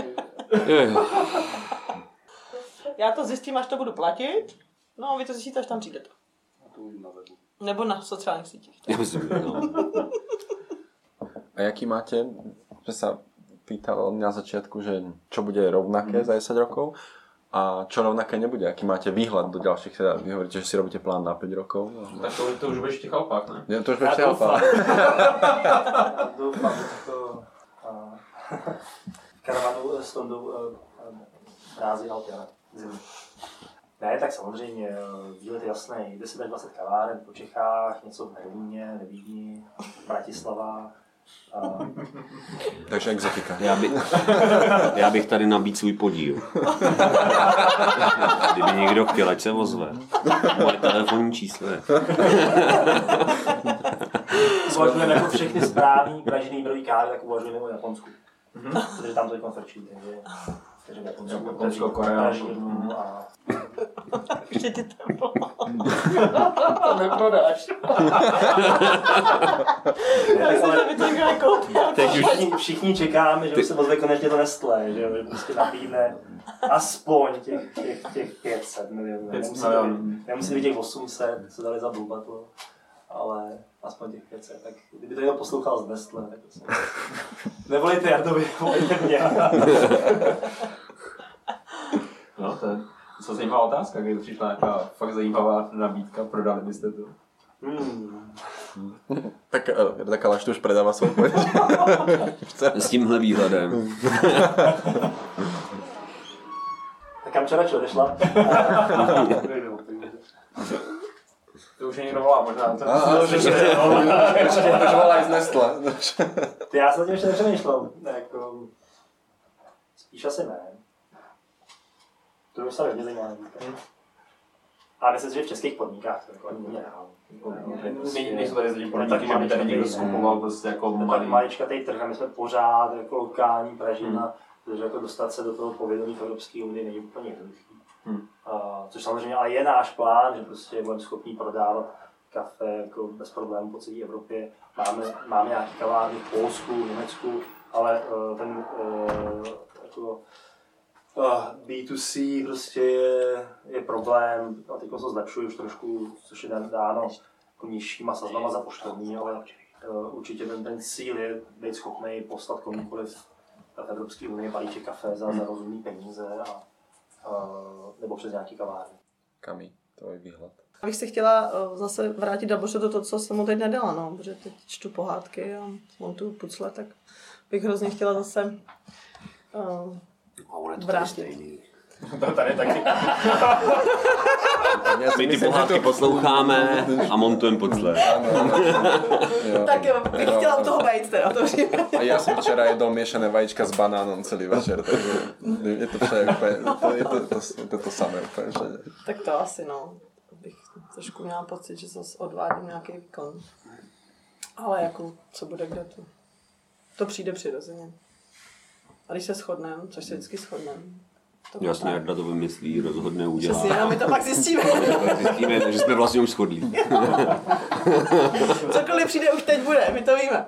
Já to zjistím, až to budu platit. No a vy to zjistíte, až tam přijdete. Nebo na sociálních sítích. Já myslím, že no. A jaký máte, že sa pýtal na začiatku, že čo bude rovnaké za 10 rokov a čo rovnaké nebude. Aký máte výhľad do ďalších, teda vy hovoríte, že si robíte plán na 5 rokov. Tak to už budeš v těch Alpách, ne? Nie, to už budeš v Alpách. Doufám, že to karavanu s Tondou rází Alpy, ale zimní. Ne, tak samozřejmě, výlet je jasný, 10 až 20 kaváren po Čechách, něco v Berlíně, ve Vídni, Bratislava. Takže exotika. Já bych tady nabít svůj podíl. Kdyby někdo chtěl, ať se ozve. Moje telefonní číslo je. Uvažujeme jako všechny správný pražený výběrový kávy, tak uvažujeme o Japonsku. Protože tam to je konferční, takže Japonsko, Korea, a... Ještě ti tam bylo. To neprodáš. Já myslím, že by to nikdo nekoupil. Všichni čekáme, že se ozve konečně to Nestlé, že prostě nabídne aspoň těch 500 milionů. Nemusí být těch 800, co dali za Bulbatl, ale aspoň těch 500. Tak kdyby to někdo poslouchal z Nestlé, tak to nevolejte Jardovi, volejte mě. No, to je docela zajímavá otázka, když přišla nějaká fakt zajímavá nabídka, prodali byste to? Tak Kalaš to už predává svou pověď. S tímhle výhledem. Tak kam včera odešla? To už je někdo volá, možná. To volá z Nestle. Já jsem tím ještě nepřemýšlel. Jako, spíš asi ne. To je docela hodně zajímavá nabídka. A myslím si, že v českých podmínkách to jako ani není reálný. Nejsou tady lidi podmínky, že by tady někdo skupoval prostě jako malý. Maličkatej trh a my jsme pořád jako lokální Pražina, protože jako dostat se do toho povědomí v Evropské unii není úplně jednoduchý. Což samozřejmě ale je náš plán, že prostě budeme schopni prodávat kafe jako bez problémů po celé Evropě. Máme nějaké kavárny v Polsku, v Německu, ale ten jako B2C prostě je problém a teď se zlepšuje už trošku, což je dáno jako nižšíma sazbama za poštovní, ale určitě ten cíl je být schopný poslat komukoliv v Evropské unii balíček kafe za rozumný peníze nebo přes nějaký kavárny. Kami, to je výhled. Abych se chtěla zase vrátit do toho, co jsem mu teď nedala, no, protože teď čtu pohádky a montuju pucle, tak bych hrozně chtěla zase vrátit. To tady taky. My ty pohádky posloucháme a montujeme pucle. Tak jo, bych chtěla u toho být teda, to už A já jsem včera jedl měšané vajíčka s banánem celý večer, takže je to vše úplně, to je to samé úplně všade. Tak to asi no, bych trošku měla pocit, že zase odvádím nějaký výkon. Ale jako, co bude kde to přijde přirozeně. A když se shodneme, což se vždycky shodneme. Jasně, Jarda to vymyslí, rozhodne, udělá. Přesně, a my to pak zjistíme. Zjistíme, že jsme vlastně už shodlí. Cokoliv přijde, už teď bude, my to víme.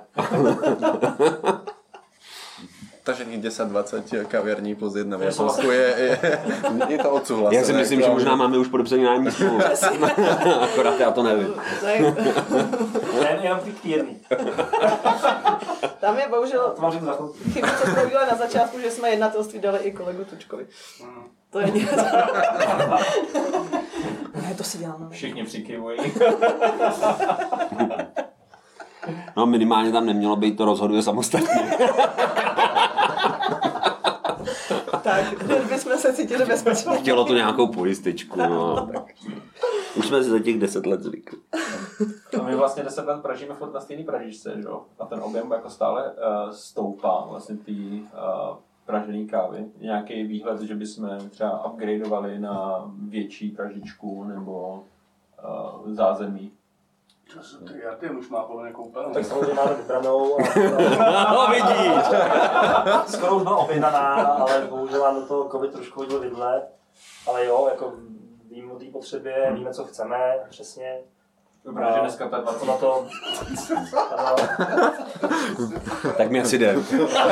Takže těch 10-20 kavěrní plus jedna v Japonsku je to odsouhlasené. Já si myslím, že možná máme už podepsaný nájemní smlouvu. Akorát já to nevím. Jenom ty jedný. Tam je bohužel chyba, co jsme udělali na začátku, že jsme jednatelství dali i kolegu Tučkovi. To je něco. Ne, to si děláme. Všichni přikyvují. No minimálně tam nemělo být, to rozhoduje samostatně. Tak, bychom se cítili bezpečně. Chtělo to nějakou pojističku, no. Tak. Už jsme si za těch 10 let zvykli. A my vlastně 10 let pražíme furt na stejný pražičce, že jo? A ten objem jako stále stoupá vlastně ty pražený kávy. Nějaký výhled, že bychom třeba upgradeovali na větší pražičku nebo zázemí. Jardy už má podle mě koupenou. Tak samozřejmě máme vybranou. No vidíš! Skoro už byla objednaná, ale bohužel nám do toho covid trošku hodil vidle. Ale jo, jako víme o té potřebě, víme, co chceme přesně. Dobrá, že dneska ta 20 na to. Ano. Tak mi asi jde.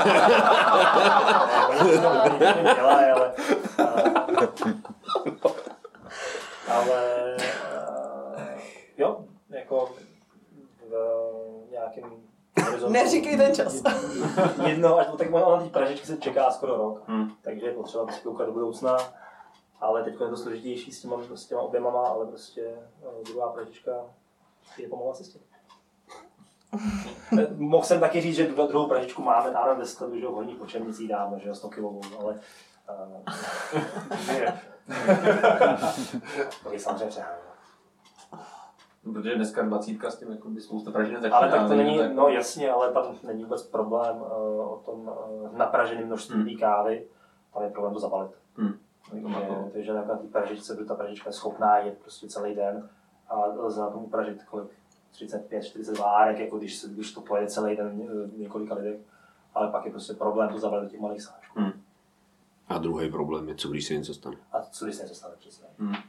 Ale jo, jako v nějakém horizontu Neříkej ten čas. Jedno, až tak na té pražičky se čeká skoro rok, takže je potřeba prostě koukat do budoucna. Ale teď je to složitější s těma objemama, ale prostě druhá pražička je pomalu na cestě. Mohl jsem taky říct, že druhou pražičku máme tam ve skladu, že v horních Počernicích dáme, že 100 kg, ale to je samozřejmě přeháněno. Protože dneska 20 s tím jako by spousta pražin začíná. Ale tak to není, no jasně, ale tam není vůbec problém o tom napraženém množství kávy, tam je problém to zabalit. Takže na té pražičce, protože ta pražička je schopná jet prostě celý den a lze na tom upražit kolik? 35-40 várek, jako když to pojede celý den několika lidech, ale pak je prostě problém to zabalit do těch malých sáčků. A druhý problém je, co když se něco stane. A co když se něco stane přesně.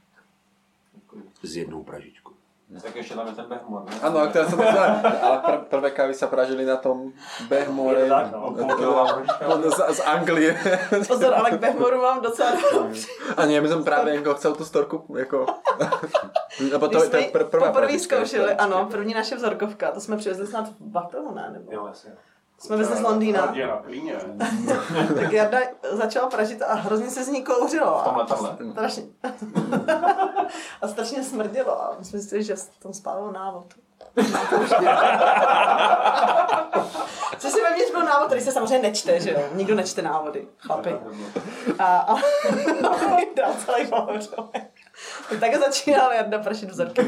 S jednou pražičkou. Tak ještě tam je ten Behmor, ne? Áno, a teraz som to ale prvé kávy sa pražili na tom Behmore z Anglie. Pozor, ale k Behmoru mám docela dobře. A nie, my som práve chcel tú storku, jako... Lebo Když jsme prvá poprvé zkoušeli, ano, první naše vzorkovka, to jsme přivezli snad v Batonu, ne? Nebo? Jo, jasně. Jsme vezli z Londýna. Na klíně. Tak Jarda začala pražit a hrozně se z ní kouřilo. Tohle. Strašně. A strašně smrdělo. A my jsme si že tam spálilo návod. Co si vevnitř byl návod, který se samozřejmě nečte, že jo? Nikdo nečte návody, chlapi. A dal celý pohořovek. Tak začínal Jarda prašit vzorky.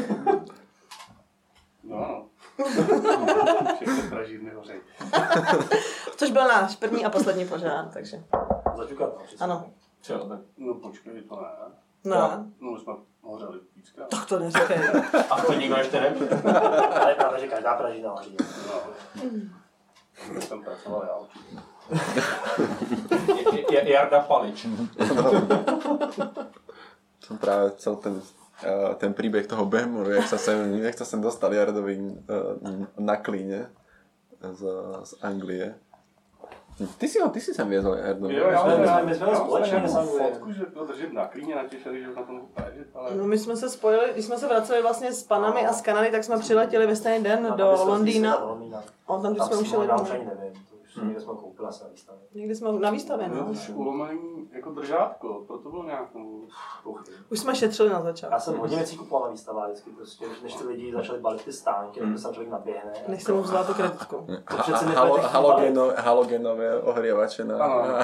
No. Všechno praží nehořej. Což byl náš první a poslední požár, takže. Zaťukat. Ano. Čeho, tak. No počkej, to ne. No. No, jsme hořeli víckrát. Tak to neříkej. A to nikdo ještě neví. Ale je pravda, že každá praží nahoří. No. Jsem pracoval já určitě. Jarda Palič. Som práve chcel ten príbeh toho Behmoru, jak sa sem dostal Jardovi na klíne z Anglie. Ty si sem viezol Jardovi. Jo, my jsme společně fotku, že to držím na klíně, natěšili, že už na tom pražit, ale... No my jsme se spojili, když jsme se vraceli vlastně s Panami a z Kanady, tak jsme přiletěli ve stejný den do Londýna. A tam jsme už jeli domů. Někde jsme koupili asi na výstavě. Někdy jsme na výstavě, no. Už ulomený jako držátko, proto bylo nějakou pochyb. Už jsme šetřili na začátku. Já jsem hodně věcí kupoval na výstavách vždycky, prostě, než ty lidi začali balit ty stánky, tak se člověk naběhne. Než jsem mu vzala tu kreditku. Halogenové ohrievače na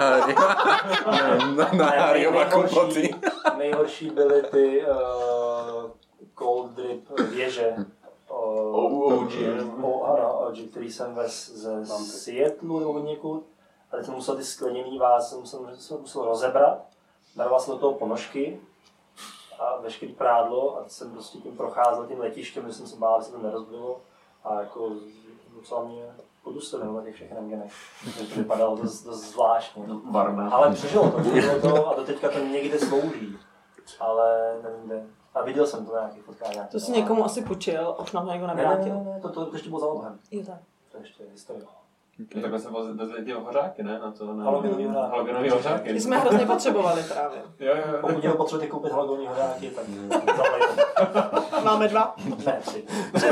Harryova kompoty. Nejhorší byly ty cold drip věže. OG, který jsem vez ze Seattlu nebo někud. A teď jsem musel ty skleněný vázy, jsem musel rozebrat. Daroval jsem do toho ponožky a veškerý prádlo a jsem prostě tím procházel tím letištěm, že jsem se bál, že se to nerozbilo. A jako docela mě podusili na těch všech rengenech. To vypadalo dost zvláštně. Ale přežilo to a doteďka to někde slouží. Ale nevím kde. A viděl jsem to na nějakých fotkách. To si někomu asi půjčil, už nám to někdo nevrátil. Ne, to ještě bylo za obhem. Jo tak. To ještě historie. Takhle se vezli ty hořáky, ne? Na to, na Halogenový hořáky. My jsme hrozně potřebovali právě. Jo. Pokud někdo potřebujete koupit halogenový hořáky, tak zavolejte. Máme 2? Ne, 3.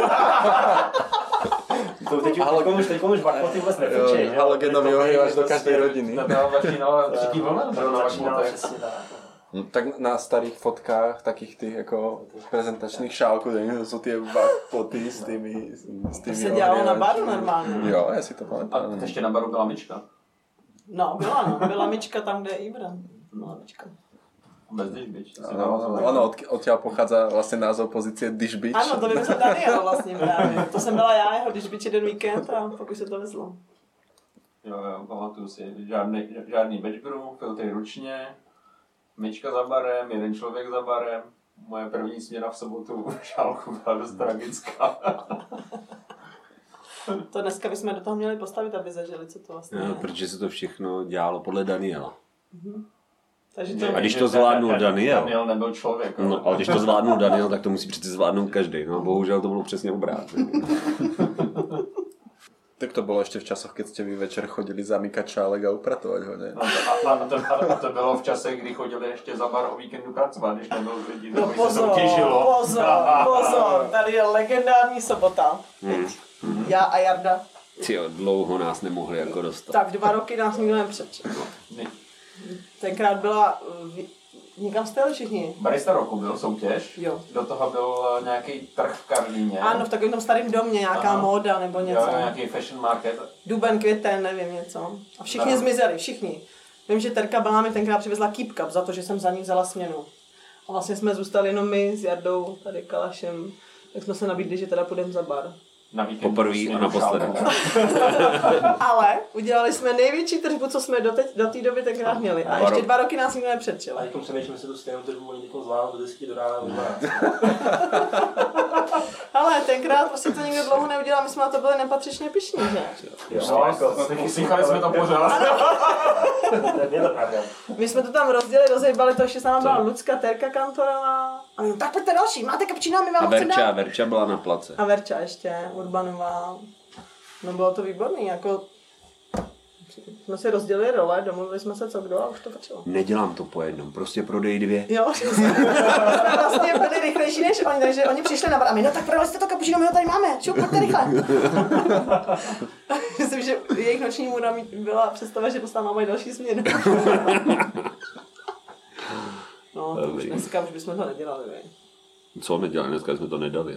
Teď už vakvoty vůbec nefičej. Halogenový ohřívač do každej rodiny. To byla začínala třetí vlna. Začínala přesně tak. Tak na starých fotkách, takých tých jako prezentačných šálků, sú tie backpoty s tými To se dělalo na baru normálně. Jo, já si to pamatuju. A ještě na baru byla myčka. No, byla no. Byla myčka tam, kde je Ibra. Byla myčka. Bez dish Ono, odtiaľ pochádza vlastne názov pozície dish bitch. Ano, to vymyslel Daniel vlastně právě. To jsem byla já, jeho dish bitch jeden víkend a pak už se to vezlo. Jo, pamatuju si. Žádný batch brew, filtry ručně. Myčka za barem, jeden člověk za barem. Moje první směna v sobotu v šálku byla dost tragická. To dneska bychom do toho měli postavit, aby zažili, co to vlastně je. Protože se to všechno dělalo podle Daniela. Takže to... A když to zvládnul Daniel... Daniel nebyl člověk. No, ale když to zvládnul Daniel, tak to musí přece zvládnout každý. No, bohužel to bylo přesně obráceně. Tak to bylo ještě v časoch, keď ste vy večer chodili zamykať šálek a upratovat ho, ne? A to bylo v čase, kdy chodili ještě za bar o víkendu pracovat, když nebyl lidí, No se soutěžilo. pozor, tady je legendární sobota. Já a Jarda Tyjo, dlouho nás nemohli jako dostat. Tak 2 roky nás nikdo nepřečil. Tenkrát byla... Někam jste jeli všichni? Barista roku byl soutěž, Jo. do toho byl nějaký trh v Karlíně. Ano, v takovém tom starém domě, nějaká móda nebo něco. Jo, nějaký fashion market. Duben, květen, nevím něco. A všichni zmizeli, všichni. Vím, že Terka byla mi tenkrát přivezla Keep Cup za to, že jsem za ní vzala směnu. A vlastně jsme zůstali jenom my s Jardou, tady Kalašem. Tak jsme se nabídli, že teda půjdeme za bar. Poprvé a naposledy. Ale udělali jsme největší tržbu, co jsme do té doby tenkrát měli. A ještě 2 roky nás nikdo nepředčil. A jako přemýšlím, jestli tu stejnou tržbu oni někoho zvládnou do 10 do rána do 12. Ale tenkrát prostě to nikdo dlouho neudělal, my jsme na to byli nepatřičně pyšní, že? No, jako, Slychali jsme to pořád. je to pravda. My jsme to tam rozdělili, rozejbali to, ještě s náma byla Lucka, Terka Kantorová. A my, tak pojďte další, máte cappuccino, my vám chceme dát. Verča byla na place. A Verča ještě, Urbanová. No bylo to výborný, jako... Jsme si rozdělili role, domluvili jsme se co kdo a už to točilo. Nedělám to po jednom, prostě prodej 2. Jo, jsme vlastně byli rychlejší než oni, takže oni přišli na bar a my, no tak prodali jste to cappuccino, my ho tady máme, šup, pojďte rychle. Myslím, že jejich noční můra byla představa, že s náma mají další směnu. No, to už dneska už bychom to nedělali, vej. Co nedělali, dneska jsme to nedali.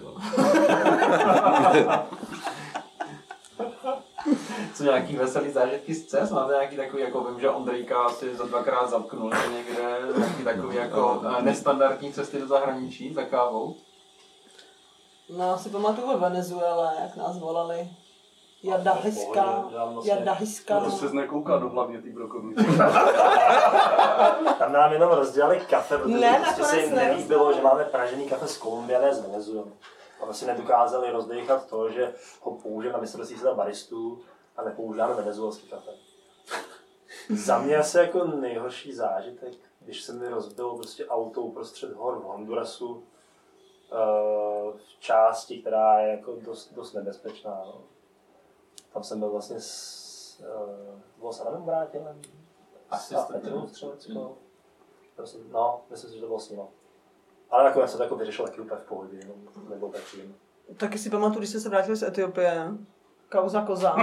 Co nějaký veselý zážitky z cest? Máte nějaký takový, jako vím, že Ondrejka si za 2krát zatknul někde, nějaký takový jako nestandardní cesty do zahraničí za kávou? No, já si pamatuju ve Venezuele, jak nás volali. Jarda Hyska. To se nekouká do hlavně ty brokovnice. Tam nám jenom rozdělali kafe, protože Ne, prostě se jim nakonec nelíbilo, že máme pražený kafe z Kolumbie, ne z Venezuely. A vlastně nedokázali rozdechat to, že ho použijeme na mistrovství světa baristů a nepoužíváme venezuelský kafe. Za mě asi jako nejhorší zážitek, když se mi rozbilo prostě auto uprostřed hor v Hondurasu, v části, která je jako dost nebezpečná. No. Tam jsem byl vlastně byl s Adamem Vrátilem a Petrou Střeleckou. No, myslím si, že to bylo s ním. Ale nakonec se to jako vyřešilo taky úplně v pohodě, nebylo tak příjemné. Taky si pamatuju, když jste se vrátili z Etiopie. Kauza koza.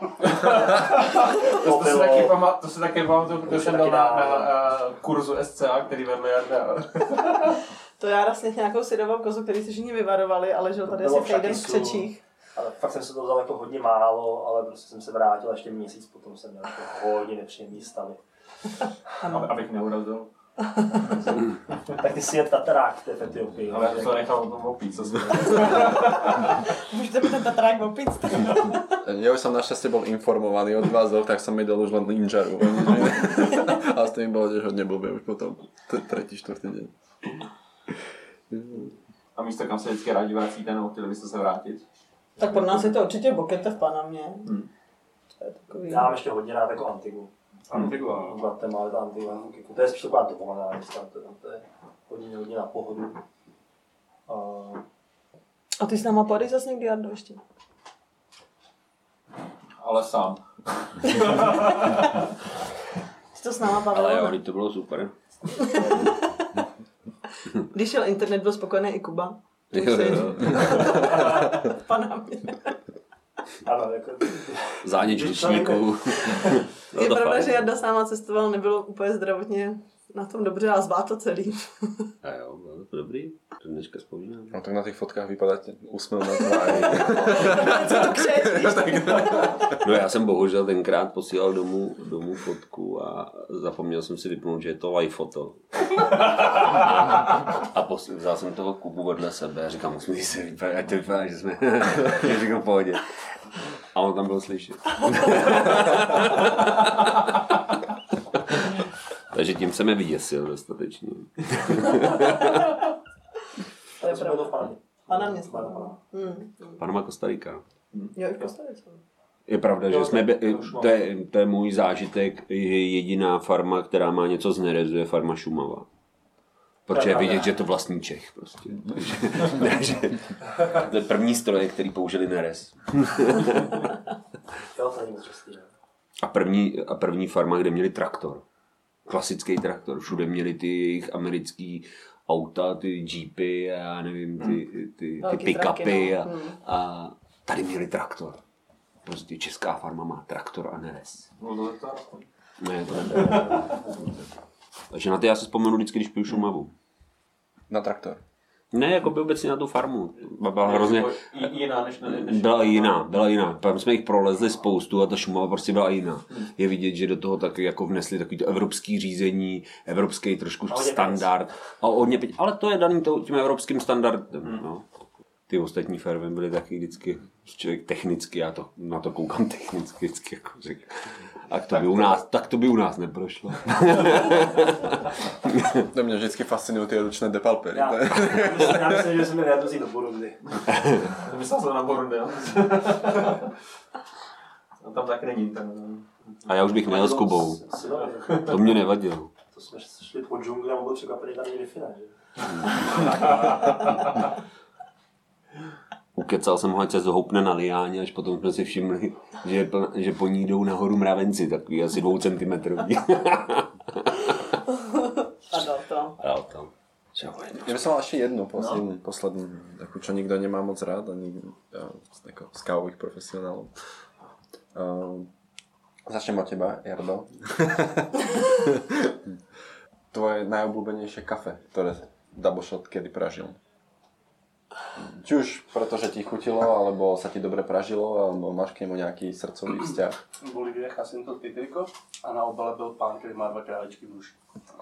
To si taky pamatuju, protože jsem byl na kurzu SCA, který vedl Jarda. To já vlastně nějakou syrovou kozu, který si všichni vyvarovali, ale že tady asi týden v Křečích. Ale fakt jsem se to vzal jako hodně málo, ale prostě jsem se vrátil ještě měsíc, potom jsem měl jako hodně nepříjemný stavy. Abych neurazil. Tak ty si je tatarák v Etiopii. Ale já to nechal o tom opít, co jsme. Můžete mi ten tatarák opít? Ja už som našťastie bol informovaný od vás, tak som jedol už len inžaru. Ale s tým bolo tiež hodne blbé už potom, 3., 4. deň. A místo, kam se vždycky rádi vracíte, nebo chtěli byste se vrátit? Tak pro nás je to určitě Bokete v Panamě. To je takový... Já mám ještě hodně rád jako Antigu. Antigua. Guatemala, ta Antigua. To je spíš taková dovolená místa, to je hodně na pohodu. A ty s náma pojedeš zase někdy, Jardo, ještě? Ale sám. Jsi to s náma, Pavel? Ale jo, to bylo super. Když šel internet, byl spokojený i Kuba. Jo. V Panamě. Ano, jako... Záněč ručníků. Je pravda, že Jarda s náma cestoval, nebylo úplně zdravotně na tom dobře a zvá to celý. A jo, bylo to dobrý. To dneska vzpomínám. No tak na tých fotkách vypadáte úsměv na tváři. Co to křečíš? No já jsem bohužel tenkrát posílal domů fotku a zapomněl jsem si vypnout, že je to live foto. A vzal jsem toho Kubu vedle sebe a říkám, musím se vypadat, ať to vypadá, že jsme říkám v pohodě. A on tam byl slyšet. Takže tím jsem je vyděsil dostatečně. To je pravda. Pana mě Panama Kostarika. Jo, i v Kostarice. Je pravda, že jsme to je můj zážitek, jediná farma, která má něco z nerezu, je farma Šumava. Protože je vidět, že to vlastní Čech prostě. Takže to je první stroje, který použili nerez. A první farma, kde měli traktor. Klasický traktor. Všude měli ty jejich americký auta, ty jeepy a já nevím, ty pick-upy a tady měli traktor. prostě česká farma má traktor a neres. No, to Ne, to ne. Takže na ty já se vzpomenu vždycky, když piju Šumavu. Na traktor. Ne, jako by obecně na tu farmu. Byla hrozně... Jiná než Byla jiná. Tam jsme jich prolezli spoustu a ta Šumava prostě byla jiná. Je vidět, že do toho taky jako vnesli takový to evropský řízení, evropský trošku standard. A ale to je daný tím evropským standardem. No. Ty ostatní farmy byly taky vždycky člověk technicky, já to na to koukám technicky vždycky jako řekl. Tak to by u nás neprošlo. To mě vždycky fascinují ty ručné depalpery. Já myslím, že jsme nejadozí do Burundi. Myslel jsem na Burundi, jo? A tam tak není ten... A já už bych nejel s Kubou. To mě nevadilo. To jsme šli po džungli a byl překvapený, tam není Wi-Fi, že? Ukecal jsem ho, ať se zhoupne na liáně, až potom jsme si všimli, že po ní jdou nahoru mravenci, takový asi 2 centimetrový. A dal to. Ja by som mal ešte jednu, poslednú, takú, čo nikto nemá moc rád, ani z kávových profesionálov. Začnem od teba, Jardo. Tvoje najobľúbenejšie kafe, ktoré Double Shot kedy pražil? Či už pretože ti chutilo, alebo sa ti dobre pražilo, alebo máš k nemu nejaký srdcový vzťah? V Bolívii Jacinto Pitrico a na obale byl pán, který má 2 králičky v duši.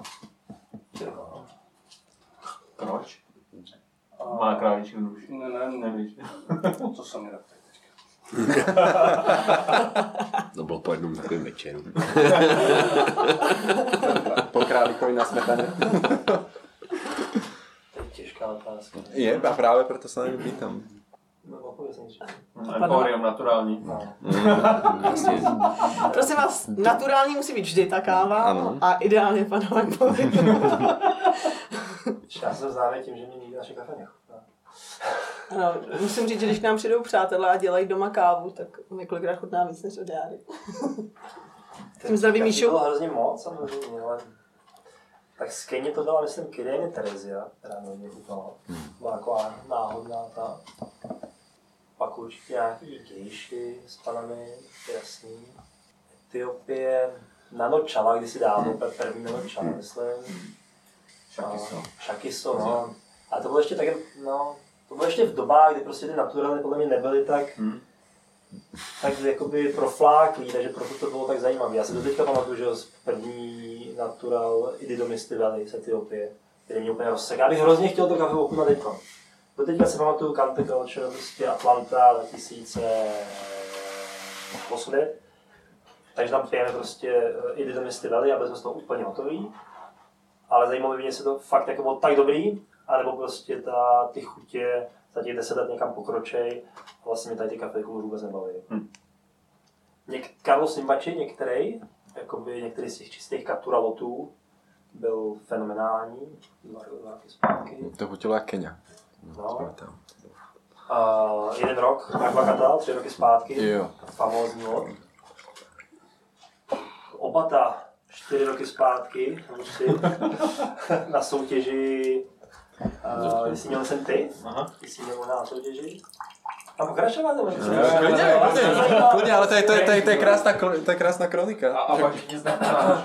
Proč? Má králičky v duši. Nevíš. Co jsem mi tak teďka. To bylo po jednom takovém večeru. Po králíkovi na smetane. Těžká otázka. Je, a právě proto se na něj pýtam. No, odpověď jsem říkal. Emporium naturální. No. Jasně. Prosím vás, naturální musí být vždy ta káva a ideálně panové Emporium. Já jsem známý tím, že mě nikdy naše kafe nechutná. Ano, musím říct, že když k nám přijdou přátelé a dělají doma kávu, tak několikrát chutná víc než od Járy. Tím zdravím Míšu. To bylo hrozně moc, samozřejmě, ale... Tak z Keni to byla, myslím, Kyriene Terezia, která mě chutnala. Byla taková náhodná ta. Pak určitě nějaký gejši s panami, jasný. Etiopie, Nano Chala, kdysi dávno, první Nano Chala, myslím. Shakiso, no. A to bylo ještě tak, no, to bylo ještě v dobách, kdy prostě ty naturální podle mě nebyly tak jakoby profláklý, takže proto to bylo tak zajímavé. Já si do teďka pamatuju, že první natural Ididomisty Valley z Etiopie, který mě úplně rozsek. Já bych hrozně chtěl to kafe ochutnat teďka. Do teďka si pamatuju Kante Culture, prostě Atlanta 2008. Takže tam pijeme prostě Ididomisty Valley a byli jsme z toho úplně hotový. Ale zajímavé mě, jestli to fakt jako bylo tak dobrý, anebo prostě ty chutě za těch 10 let někam pokročej a vlastně mě tady ty kafe vůbec nebaví. Carlos Simbači, některý z těch čistých katuralotů byl fenomenální, 2 roky zpátky. To chutilo jak Kenia. No. 1 rok, Aquacatal, 3 roky zpátky, Jo. famózní lot. Obata 4 roky zpátky, na soutěži, jestli měl jsem ty, jestli měl na soutěži. A pokračovat nebo něco? Klidně, ale to je krásná kronika. A pak nic nemáš.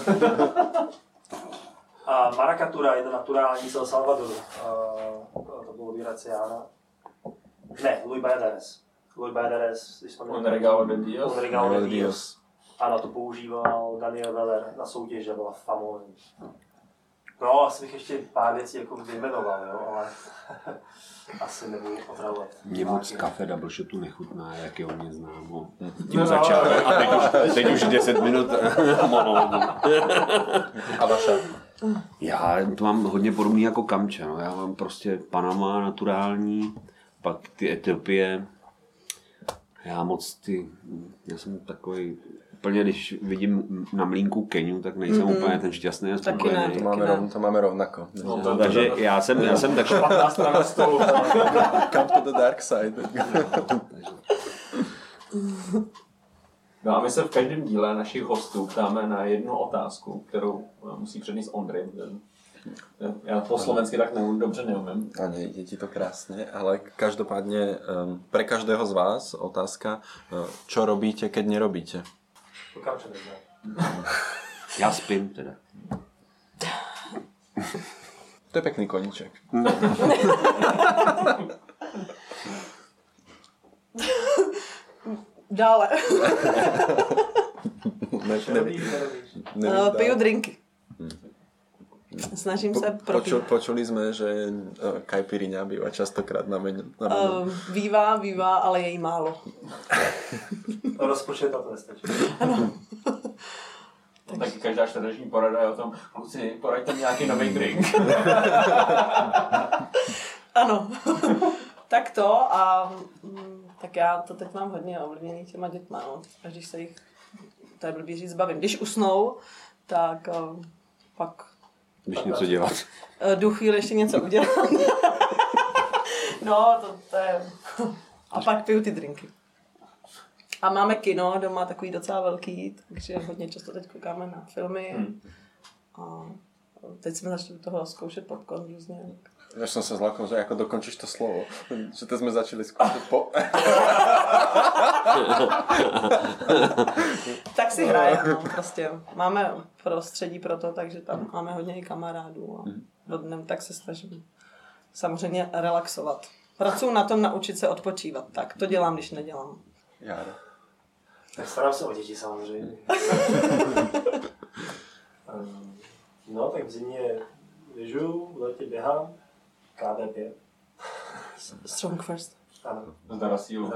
A Maracatura je to naturální z El Salvadoru. To bylo Viraciana. Ne, Luis Valladares. Když jsme měli... Onregao de Dios. A na to používal Daniel Weller na soutěži, byla famózní. No, asi bych ještě pár věcí jako vyjmenoval, jo, ale asi nebudu otravovat. Mně moc kafe Double Shotu nechutná, jak je o mě známo. Tím začal a teď už 10 minut monologu. A vaše? Já to mám hodně podobný jako Kamča, no. Já mám prostě Panama naturální, pak ty Etiopie. Já jsem takový, úplně když vidím na mlínku Keniu, tak nejsem úplně ten šťastný a spokojený. To máme rovnako. No, takže já jsem takový... Špatná strana stolu. Come to the dark side. No a my se v každém díle našich hostů ptáme na jednu otázku, kterou musí přednést Ondřej. Já po slovensky tak dobře neumím. A nejde ti to krásne, ale každopádne pre každého z vás otázka, čo robíte, keď nerobíte? Já spím teda. To je pekný koníček. Dále. Nevím, Piju drinky. Snažím se propít. Počuli sme, že kajpiriňa býva častokrát na menu. Bývá, ale je jí málo. Rozpočet na to nestačí. Ano. No, taky každá čtvrteční porada je o tom, kluci, poraďte mi nějaký nový drink. Ano. Tak to a tak já to teď mám hodně ovlivněný těma dětma, no. Až když se jich, to je blbý říct, zbavím. Když usnou, tak pak... Když něco dělat. Jdu chvíli ještě něco udělat. No, to je... A pak piju ty drinky. A máme kino doma, takový docela velký, takže hodně často teď koukáme na filmy. A teď jsme začali toho zkoušet popcorn různě. Ja som sa zlakol, že ako dokončíš to slovo. Že to sme začali skúšať Tak si hrajeme, no, prostě. Máme prostředí pro to, takže tam máme hodně i kamarádů. A do dnem tak se snažím samozřejmě relaxovat. Pracuji na tom naučit se odpočívat. Tak to dělám, když nedělám. Jaro. Tak starám se o děti samozřejmě. No, tak v zimě lyžuju, v létě běhám, KD5. Strong first. Ano. Zdara sílu.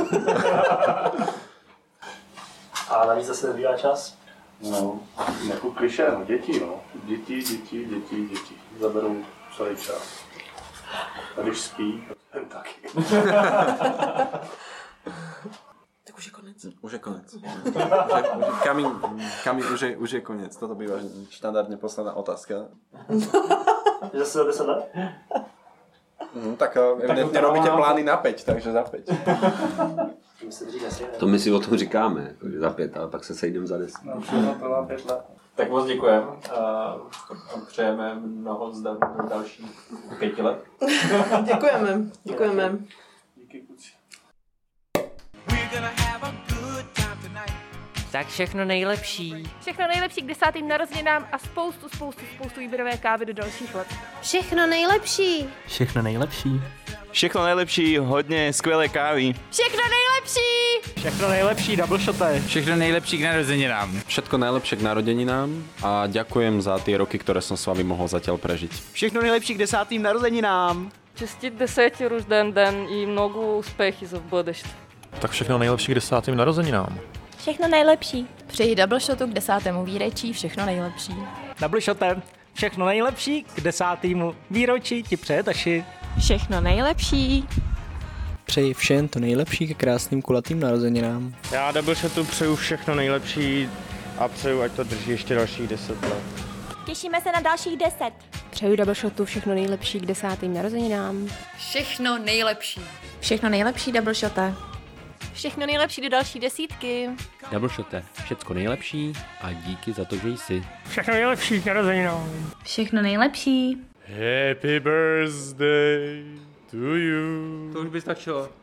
A navíc zase nebývá čas. No, jako klišé, no, děti, no. Děti. Zaberou celý čas. A když spí, tak taky. Tak už je konec. Už je konec. Kamil, už je konec. Toto býva štandardne posledná otázka. Je zase 10 let? Tak evidentne robíte plány na 5, takže za 5. To my si o tom říkáme, jako, že za 5, ale pak se sejdeme za 10. No, všechno to má 5 let. Tak moc děkujeme a přejeme mnoho zdav do dalších 5 let. Děkujeme. Díky, kluci. Tak všechno nejlepší. Všechno nejlepší k 10. narozeninám a spoustu výběrové kávy do dalších let. Všechno nejlepší. Všechno nejlepší. Všechno nejlepší, hodně skvělé kávy. Všechno nejlepší! Všechno nejlepší, double shoté. Všechno nejlepší k narozeninám. Všetko najlepšie k narodeninám a ďakujem za tie roky, ktoré som s vami mohol zatiaľ prežiť. Všechno nejlepší k 10. narozeninám. Čistit 10 růžden den i mnoho úspěchy v budoucnu. Tak všechno nejlepší k 10. narozeninám. Všechno nejlepší. Přeji double shotu k 10. výročí, všechno nejlepší. Double shoté. Všechno nejlepší k 10. výročí ti přeje Taši. Všechno nejlepší. Přeji všem to nejlepší ke krásným kulatým narozeninám. Já double shotu přeju všechno nejlepší a přeju, ať to drží ještě dalších 10 let. Těšíme se na dalších 10. Přeju double shotu všechno nejlepší k 10. narozeninám. Všechno nejlepší. Všechno nejlepší double shoté. Všechno nejlepší do další 10. Double shoté. Všecko nejlepší a díky za to, že jsi. Všechno nejlepší k narozeninám. Všechno nejlepší. Happy birthday to you. To už by stačilo.